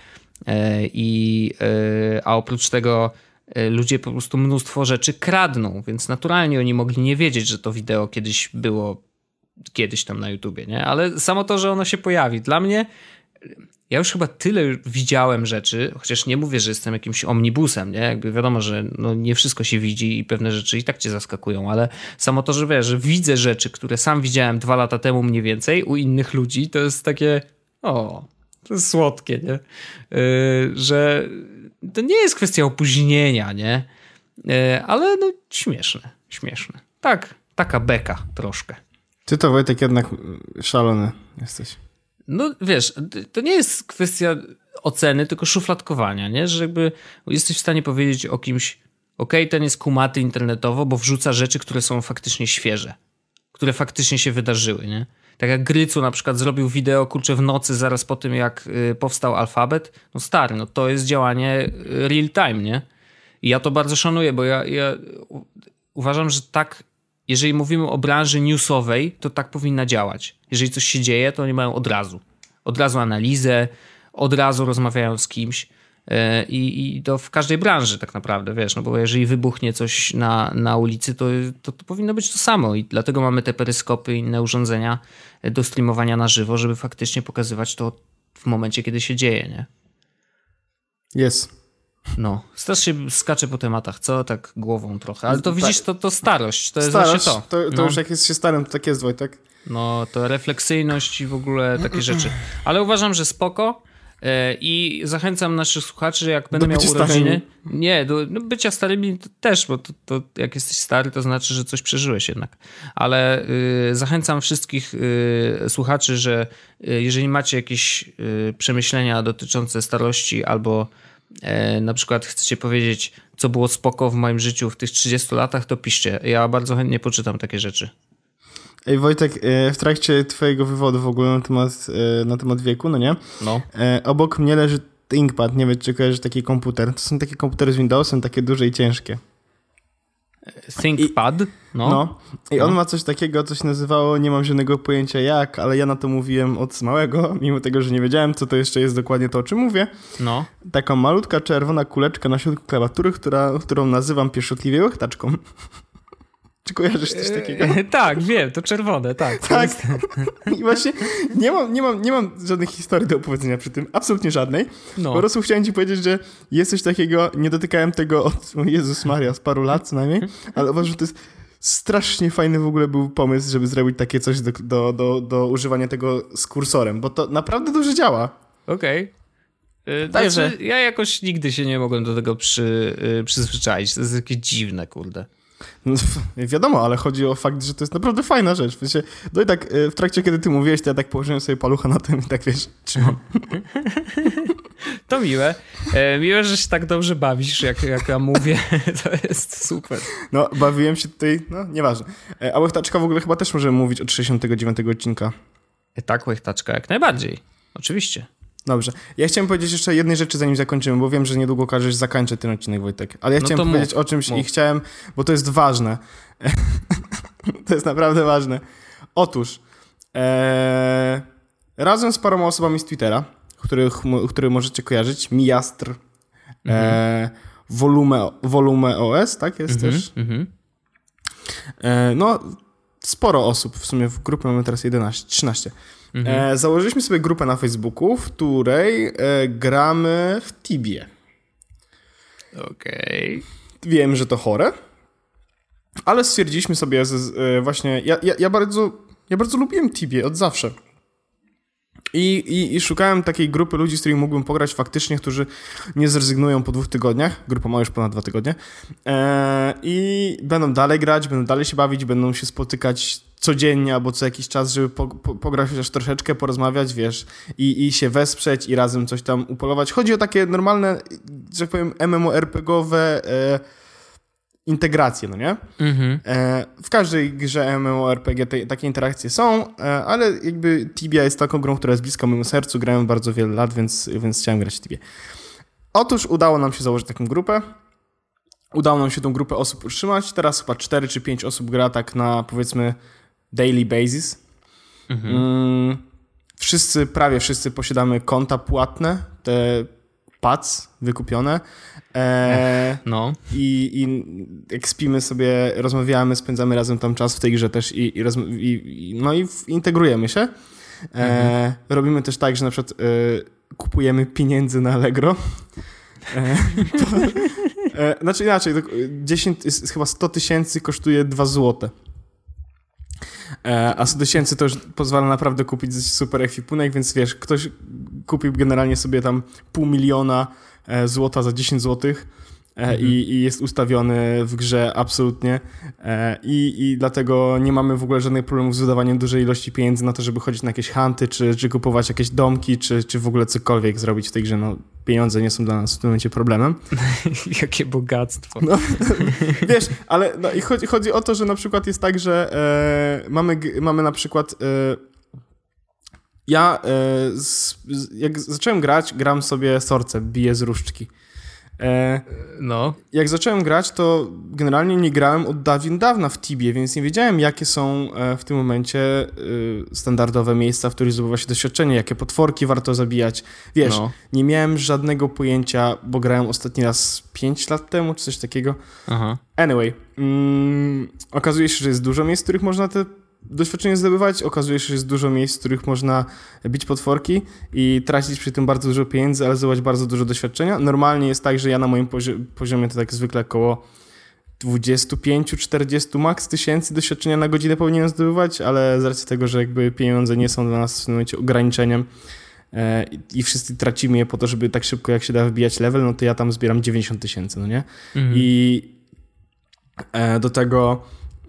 Speaker 2: a oprócz tego ludzie po prostu mnóstwo rzeczy kradną, więc naturalnie oni mogli nie wiedzieć, że to wideo było kiedyś tam na YouTubie, nie? Ale samo to, że ono się pojawi. Dla mnie, ja już chyba tyle widziałem rzeczy, chociaż nie mówię, że jestem jakimś omnibusem, nie? Jakby wiadomo, że no nie wszystko się widzi i pewne rzeczy i tak cię zaskakują, ale samo to, że wiesz, że widzę rzeczy, które sam widziałem 2 lata temu mniej więcej u innych ludzi, to jest takie to jest słodkie, nie? Że to nie jest kwestia opóźnienia, nie? Ale no śmieszne. Tak, taka beka troszkę.
Speaker 1: Ty to, Wojtek, jednak szalony jesteś.
Speaker 2: No wiesz, to nie jest kwestia oceny, tylko szufladkowania, nie? Że jakby jesteś w stanie powiedzieć o kimś, okej, ten jest kumaty internetowo, bo wrzuca rzeczy, które są faktycznie świeże, które faktycznie się wydarzyły, nie? Tak jak Grycu na przykład zrobił wideo, kurczę, w nocy zaraz po tym, jak powstał alfabet. No stary, no to jest działanie real time, nie? I ja to bardzo szanuję, bo ja uważam, że tak, jeżeli mówimy o branży newsowej, to tak powinna działać. Jeżeli coś się dzieje, to oni mają od razu analizę, od razu rozmawiają z kimś. I to w każdej branży tak naprawdę, wiesz, no bo jeżeli wybuchnie coś na ulicy, to powinno być to samo i dlatego mamy te peryskopy i inne urządzenia do streamowania na żywo, żeby faktycznie pokazywać to w momencie, kiedy się dzieje, nie?
Speaker 1: Jest.
Speaker 2: No, strasznie skacze po tematach, co? Tak głową trochę, ale to widzisz, to starość, to jest
Speaker 1: Starość,
Speaker 2: właśnie to.
Speaker 1: To już jak jest się starym, to tak jest, Wojtek.
Speaker 2: No, to refleksyjność i w ogóle takie rzeczy. Ale uważam, że spoko. I zachęcam naszych słuchaczy, jak będę miał urodziny. Nie, do bycia starymi też, bo to jak jesteś stary, to znaczy, że coś przeżyłeś jednak. Ale zachęcam wszystkich słuchaczy, że jeżeli macie jakieś przemyślenia dotyczące starości albo na przykład chcecie powiedzieć, co było spoko w moim życiu w tych 30 latach, to piszcie. Ja bardzo chętnie poczytam takie rzeczy.
Speaker 1: Ej Wojtek, w trakcie twojego wywodu w ogóle na temat wieku, no nie?
Speaker 2: No.
Speaker 1: Obok mnie leży ThinkPad, nie wiem czy kojarzysz taki komputer. To są takie komputery z Windowsem, takie duże i ciężkie.
Speaker 2: ThinkPad? No.
Speaker 1: I on ma coś takiego, co się nazywało, nie mam żadnego pojęcia jak, ale ja na to mówiłem od małego, mimo tego, że nie wiedziałem, co to jeszcze jest dokładnie to, o czym mówię.
Speaker 2: No.
Speaker 1: Taka malutka czerwona kuleczka na środku klawiatury, którą nazywam pieszczotliwie łechtaczką. Czy kojarzysz coś takiego?
Speaker 2: Tak, wiem, to czerwone, tak.
Speaker 1: Tak. I właśnie nie mam żadnych historii do opowiedzenia przy tym, absolutnie żadnej.
Speaker 2: No.
Speaker 1: Po prostu chciałem ci powiedzieć, że jest coś takiego, nie dotykałem tego od, Jezus Maria, z paru lat co najmniej, ale uważam, że to jest strasznie fajny w ogóle był pomysł, żeby zrobić takie coś do używania tego z kursorem, bo to naprawdę dobrze działa.
Speaker 2: Okej.
Speaker 1: Także
Speaker 2: ja jakoś nigdy się nie mogłem do tego przyzwyczaić. To jest jakieś dziwne, kurde.
Speaker 1: No, wiadomo, ale chodzi o fakt, że to jest naprawdę fajna rzecz. W sensie, no i tak w trakcie, kiedy ty mówiłeś, to ja tak położyłem sobie palucha na tym i tak, wiesz, trzymam.
Speaker 2: To miłe. Miłe, że się tak dobrze bawisz, jak ja mówię. To jest super.
Speaker 1: No, bawiłem się tutaj, no, nieważne. A łechtaczka w ogóle chyba też możemy mówić od 69 odcinka.
Speaker 2: Tak, łechtaczka, jak najbardziej. Oczywiście.
Speaker 1: Dobrze. Ja chciałem powiedzieć jeszcze jednej rzeczy, zanim zakończymy, bo wiem, że niedługo każesz zakończyć ten odcinek, Wojtek. Ale ja chciałem powiedzieć o czymś i chciałem, bo to jest ważne. To jest naprawdę ważne. Otóż, razem z paroma osobami z Twittera, których możecie kojarzyć, Miastr, Volume OS, tak jest też? No, sporo osób, w sumie w grupie mamy teraz 13. Założyliśmy sobie grupę na Facebooku, w której gramy w Tibię.
Speaker 2: Okej.
Speaker 1: Wiem, że to chore, ale stwierdziliśmy sobie właśnie... Ja bardzo lubiłem Tibię od zawsze. I szukałem takiej grupy ludzi, z którymi mógłbym pograć faktycznie, którzy nie zrezygnują po 2 tygodniach. Grupa ma już ponad 2 tygodnie. I będą dalej grać, będą dalej się bawić, będą się spotykać codziennie albo co jakiś czas, żeby pograć chociaż troszeczkę, porozmawiać, wiesz, i się wesprzeć i razem coś tam upolować. Chodzi o takie normalne, że tak powiem, MMORPG-owe integracje, no nie? W każdej grze MMORPG takie interakcje są, ale jakby Tibia jest taką grą, która jest bliska mojemu sercu, grałem bardzo wiele lat, więc chciałem grać w Tibię. Otóż udało nam się założyć taką grupę. Udało nam się tą grupę osób utrzymać. Teraz chyba 4 czy 5 osób gra tak na, powiedzmy, daily basis. Prawie wszyscy posiadamy konta płatne, te pads wykupione.
Speaker 2: No.
Speaker 1: I jak spimy sobie, rozmawiamy, spędzamy razem tam czas w tej grze też i integrujemy się. Robimy też tak, że na przykład kupujemy pieniędzy na Allegro. Znaczy inaczej, 10, chyba 100 000 kosztuje 2 złote. A 100 000 to już pozwala naprawdę kupić super ekwipunek, więc wiesz, ktoś kupił generalnie sobie tam 500 000 złota za 10 złotych i jest ustawiony w grze absolutnie i dlatego nie mamy w ogóle żadnych problemów z wydawaniem dużej ilości pieniędzy na to, żeby chodzić na jakieś hunty, czy kupować jakieś domki, czy w ogóle cokolwiek zrobić w tej grze. No, pieniądze nie są dla nas w tym momencie problemem.
Speaker 2: Jakie bogactwo.
Speaker 1: No, wiesz, ale no, i chodzi o to, że na przykład jest tak, że mamy na przykład Ja jak zacząłem grać, gram sobie Sorce, biję z różdżki.
Speaker 2: No.
Speaker 1: Jak zacząłem grać, to generalnie nie grałem od dawna w Tibie, więc nie wiedziałem, jakie są w tym momencie standardowe miejsca, w których zdobywa się doświadczenie, jakie potworki warto zabijać. Wiesz, nie miałem żadnego pojęcia, bo grałem ostatni raz 5 lat temu, czy coś takiego.
Speaker 2: Aha.
Speaker 1: Anyway, okazuje się, że jest dużo miejsc, w których można te doświadczenie zdobywać. Okazuje się, że jest dużo miejsc, w których można bić potworki i tracić przy tym bardzo dużo pieniędzy, ale zdobywać bardzo dużo doświadczenia. Normalnie jest tak, że ja na moim poziomie to tak zwykle około 25-40 max tysięcy doświadczenia na godzinę powinienem zdobywać, ale z racji tego, że jakby pieniądze nie są dla nas w tym momencie ograniczeniem i wszyscy tracimy je po to, żeby tak szybko jak się da wbijać level, no to ja tam zbieram 90 tysięcy, no nie? I do tego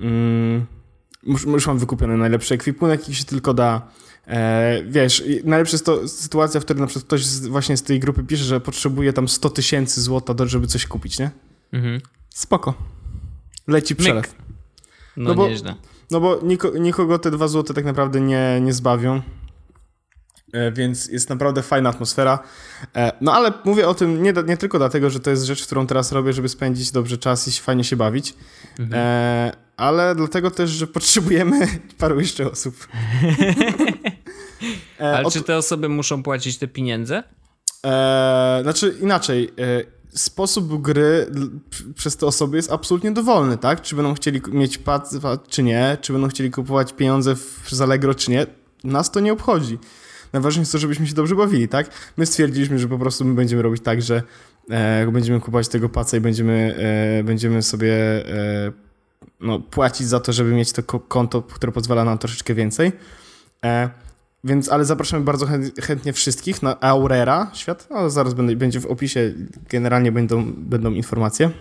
Speaker 1: już mam wykupiony najlepszy ekwipunek, jaki się tylko da. Wiesz, najlepsza jest to sytuacja, w której na przykład ktoś właśnie z tej grupy pisze, że potrzebuje tam 100 tysięcy złota, żeby coś kupić, nie? Spoko. Leci przelew.
Speaker 2: No nieźle.
Speaker 1: No bo nikogo te 2 złote tak naprawdę nie zbawią. Więc jest naprawdę fajna atmosfera. No ale mówię o tym nie tylko dlatego, że to jest rzecz, którą teraz robię, żeby spędzić dobrze czas i fajnie się bawić, ale dlatego też, że potrzebujemy paru jeszcze osób.
Speaker 2: Ale czy te osoby muszą płacić te pieniądze?
Speaker 1: Znaczy inaczej. Sposób gry przez te osoby jest absolutnie dowolny, tak? Czy będą chcieli mieć pad, czy nie? Czy będą chcieli kupować pieniądze przez Allegro, czy nie? Nas to nie obchodzi. Najważniejsze jest to, żebyśmy się dobrze bawili, tak? My stwierdziliśmy, że po prostu my będziemy robić tak, że będziemy kupować tego paca i będziemy sobie płacić za to, żeby mieć to konto, które pozwala nam troszeczkę więcej. Więc, ale zapraszamy bardzo chętnie wszystkich na Aurera świat, ale zaraz będzie w opisie, generalnie będą informacje.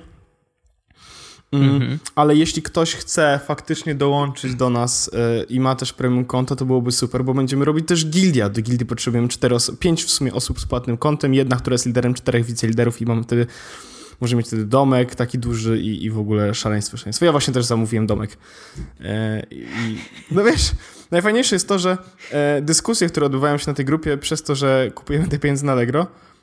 Speaker 1: Ale jeśli ktoś chce faktycznie dołączyć do nas i ma też premium konto, to byłoby super, bo będziemy robić też gildia. Do gildii potrzebujemy 5 w sumie osób z płatnym kontem, jedna, która jest liderem, 4 wiceliderów i możemy mieć wtedy domek taki duży i w ogóle szaleństwo. Ja właśnie też zamówiłem domek. No wiesz, najfajniejsze jest to, że dyskusje, które odbywają się na tej grupie przez to, że kupujemy te pieniądze na Allegro,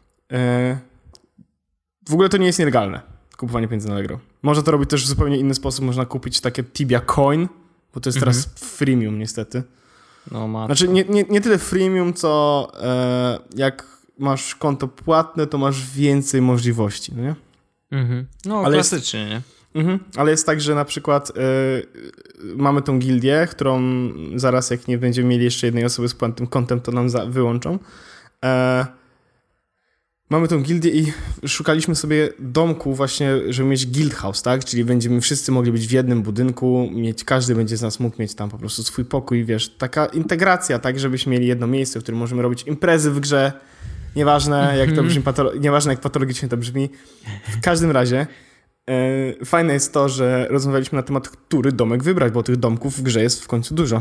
Speaker 1: w ogóle to nie jest nielegalne. Kupowanie pieniędzy na Allegro. Można to robić też w zupełnie inny sposób. Można kupić takie Tibia Coin, bo to jest teraz freemium niestety.
Speaker 2: No,
Speaker 1: znaczy nie tyle freemium, co jak masz konto płatne, to masz więcej możliwości, no nie?
Speaker 2: No ale klasycznie, nie?
Speaker 1: Ale jest tak, że na przykład mamy tą gildię, którą zaraz jak nie będziemy mieli jeszcze jednej osoby z płatnym kontem, to nam wyłączą. Mamy tą gildię i szukaliśmy sobie domku właśnie, żeby mieć guild house, tak? Czyli będziemy wszyscy mogli być w jednym budynku, każdy będzie z nas mógł mieć tam po prostu swój pokój, wiesz, taka integracja, tak? Żebyśmy mieli jedno miejsce, w którym możemy robić imprezy w grze, nieważne jak to brzmi, nieważne jak patologicznie to brzmi. W każdym razie fajne jest to, że rozmawialiśmy na temat, który domek wybrać, bo tych domków w grze jest w końcu dużo.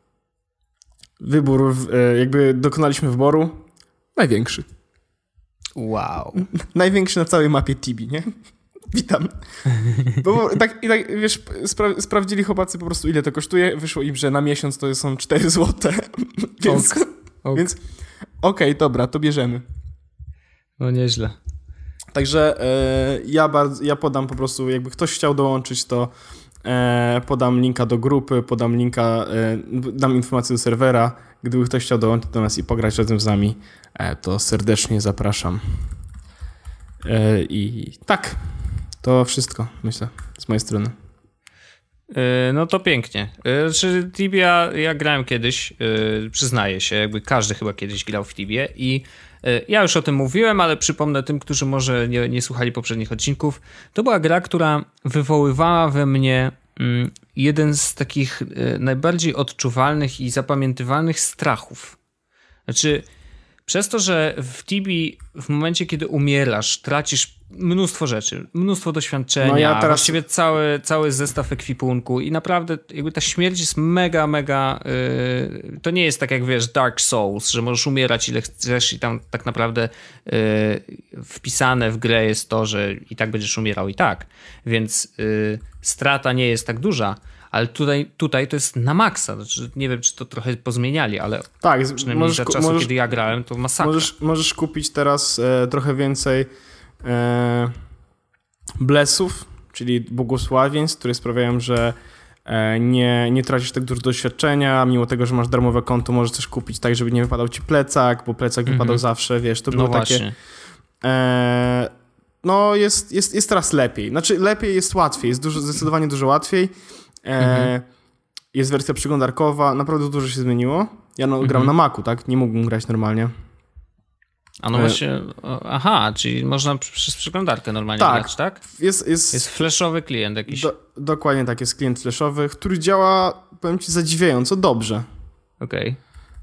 Speaker 1: Jakby dokonaliśmy wyboru największy.
Speaker 2: Wow.
Speaker 1: Największy na całej mapie Tibi, nie? Witam. Bo tak, wiesz, sprawdzili chłopacy po prostu, ile to kosztuje. Wyszło im, że na miesiąc to są 4 złote. Więc okej, dobra, to bierzemy.
Speaker 2: No nieźle.
Speaker 1: Także ja podam po prostu, jakby ktoś chciał dołączyć, to podam linka do grupy, dam informację do serwera. Gdyby ktoś chciał dołączyć do nas i pograć razem z nami, to serdecznie zapraszam. I tak, to wszystko, myślę, z mojej strony.
Speaker 2: No to pięknie. Znaczy Tibia, ja grałem kiedyś, przyznaję się, jakby każdy chyba kiedyś grał w Tibię i ja już o tym mówiłem, ale przypomnę tym, którzy może nie słuchali poprzednich odcinków. To była gra, która wywoływała we mnie jeden z takich najbardziej odczuwalnych i zapamiętywalnych strachów. Znaczy, przez to, że w Tibii w momencie, kiedy umierasz, tracisz mnóstwo rzeczy, mnóstwo doświadczenia, właściwie cały zestaw ekwipunku i naprawdę jakby ta śmierć jest mega, to nie jest tak jak wiesz Dark Souls, że możesz umierać ile chcesz i tam tak naprawdę wpisane w grę jest to, że i tak będziesz umierał i tak, więc strata nie jest tak duża, Ale tutaj to jest na maksa. Znaczy, nie wiem, czy to trochę pozmieniali, ale
Speaker 1: Tak,
Speaker 2: przynajmniej za czasów, kiedy ja grałem, to masakra.
Speaker 1: Możesz kupić teraz trochę więcej blessów, czyli błogosławieństw, które sprawiają, że nie tracisz tak dużo doświadczenia, mimo tego, że masz darmowe konto, możesz też kupić tak, żeby nie wypadał ci plecak, bo plecak wypadał zawsze, wiesz, to było takie... No jest teraz lepiej. Znaczy lepiej jest łatwiej, jest zdecydowanie dużo łatwiej. Jest wersja przeglądarkowa, naprawdę dużo się zmieniło. Ja gram na Macu, tak? Nie mógłbym grać normalnie.
Speaker 2: A no właśnie, aha, czyli można przez przeglądarkę normalnie grać, tak?
Speaker 1: Jest
Speaker 2: flashowy klient jakiś.
Speaker 1: Dokładnie tak, jest klient flashowy, który działa, powiem ci, zadziwiająco dobrze.
Speaker 2: Okej.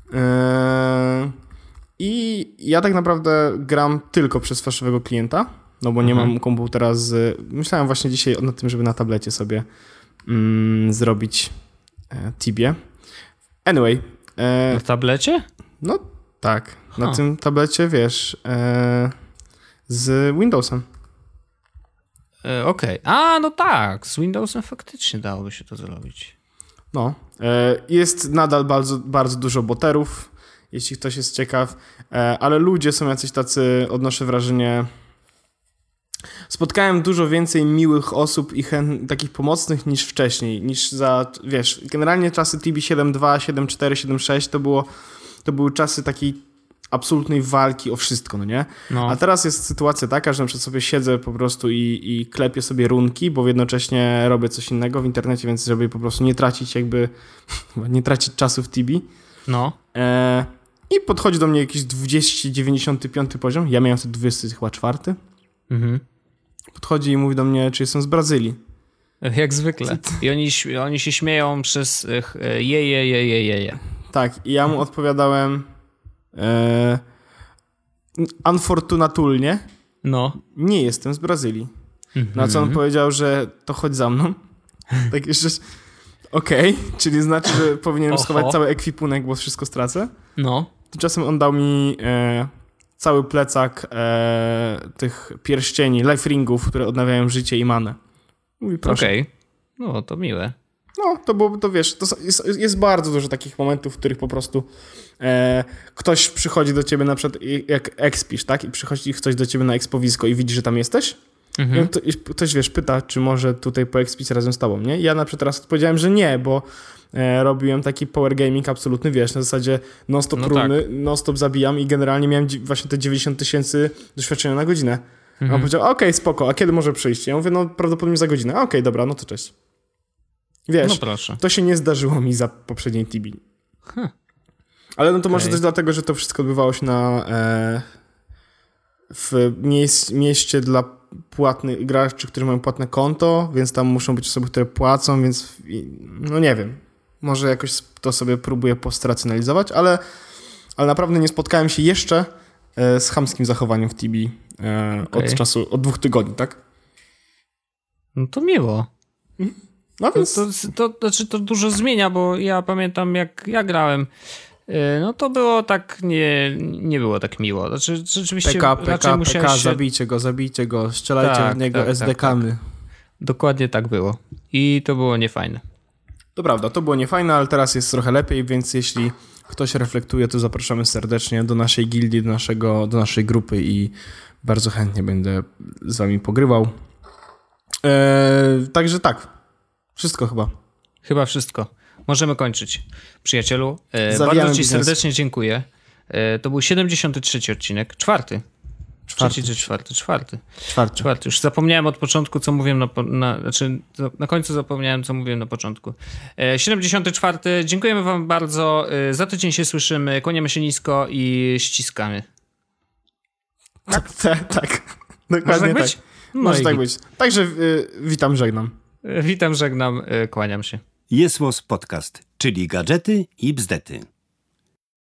Speaker 1: I ja tak naprawdę gram tylko przez flashowego klienta, no bo nie mam komputera Myślałem właśnie dzisiaj nad tym, żeby na tablecie sobie zrobić Tibię. Anyway.
Speaker 2: Na tablecie?
Speaker 1: No tak, na tym tablecie, wiesz, z Windowsem.
Speaker 2: Okej. A, no tak, z Windowsem faktycznie dałoby się to zrobić.
Speaker 1: No. Jest nadal bardzo, bardzo dużo boterów, jeśli ktoś jest ciekaw, ale ludzie są jacyś tacy, odnoszę wrażenie... Spotkałem dużo więcej miłych osób i takich pomocnych niż wcześniej, wiesz, generalnie czasy TB 7.2, 7.4, 7.6 to były czasy takiej absolutnej walki o wszystko, no nie? No. A teraz jest sytuacja taka, że na przykład sobie siedzę po prostu i klepię sobie runki, bo jednocześnie robię coś innego w internecie, więc żeby po prostu nie tracić czasu w TB.
Speaker 2: No.
Speaker 1: I podchodzi do mnie jakiś 295 poziom, ja miałem wtedy 24. Podchodzi i mówi do mnie, czy jestem z Brazylii.
Speaker 2: Jak zwykle. I oni się śmieją przez je.
Speaker 1: Tak, i ja mu odpowiadałem unfortunatulnie, nie jestem z Brazylii. Na co on powiedział, że to chodź za mną. Tak jeszcze, okej, czyli znaczy, że powinienem schować cały ekwipunek, bo wszystko stracę.
Speaker 2: No.
Speaker 1: Tymczasem on dał mi cały plecak tych pierścieni, life ringów, które odnawiają życie i manę. Mówi, proszę.
Speaker 2: Okej. No, to miłe.
Speaker 1: No, to wiesz, jest bardzo dużo takich momentów, w których po prostu ktoś przychodzi do ciebie na przykład jak expisz, tak? I przychodzi ktoś do ciebie na expowisko i widzi, że tam jesteś. I ktoś, wiesz, pyta, czy może tutaj poexpić razem z tobą, nie? Ja na przykład teraz odpowiedziałem, że nie, bo robiłem taki power gaming absolutny, wiesz, na zasadzie non-stop runy, tak. Non-stop zabijam i generalnie miałem właśnie te 90 000 doświadczenia na godzinę. A on powiedział, okej, spoko, a kiedy może przyjść? Ja mówię, no prawdopodobnie za godzinę. Okej, dobra, no to cześć. Wiesz,
Speaker 2: no proszę.
Speaker 1: To się nie zdarzyło mi za poprzedniej TB. Ale no to może też dlatego, że to wszystko odbywało się w mieście dla płatnych graczy, którzy mają płatne konto, więc tam muszą być osoby, które płacą, więc no nie wiem. Może jakoś to sobie próbuję postracjonalizować, ale naprawdę nie spotkałem się jeszcze z chamskim zachowaniem w TB od 2 tygodni, tak?
Speaker 2: No to miło.
Speaker 1: No więc...
Speaker 2: To dużo zmienia, bo ja pamiętam, jak ja grałem, no to było tak, nie było tak miło. Znaczy, rzeczywiście
Speaker 1: PK, zabijcie go, strzelajcie w niego SDK-my.
Speaker 2: Tak. Dokładnie tak było. I to było niefajne.
Speaker 1: To prawda, to było niefajne, ale teraz jest trochę lepiej, więc jeśli ktoś reflektuje, to zapraszamy serdecznie do naszej gildii, do naszej grupy i bardzo chętnie będę z wami pogrywał. Także tak. Wszystko chyba.
Speaker 2: Chyba wszystko. Możemy kończyć. Przyjacielu, bardzo ci serdecznie dziękuję. To był 73 odcinek. Czwarty. Już zapomniałem od początku, co mówiłem na końcu zapomniałem, co mówiłem na początku. 74. Dziękujemy wam bardzo. Za tydzień się słyszymy. Kłaniamy się nisko i ściskamy.
Speaker 1: Tak. Dokładnie tak. Może tak być. Także witam, żegnam.
Speaker 2: Kłaniam się.
Speaker 3: Jest Podcast, czyli gadżety i bzdety.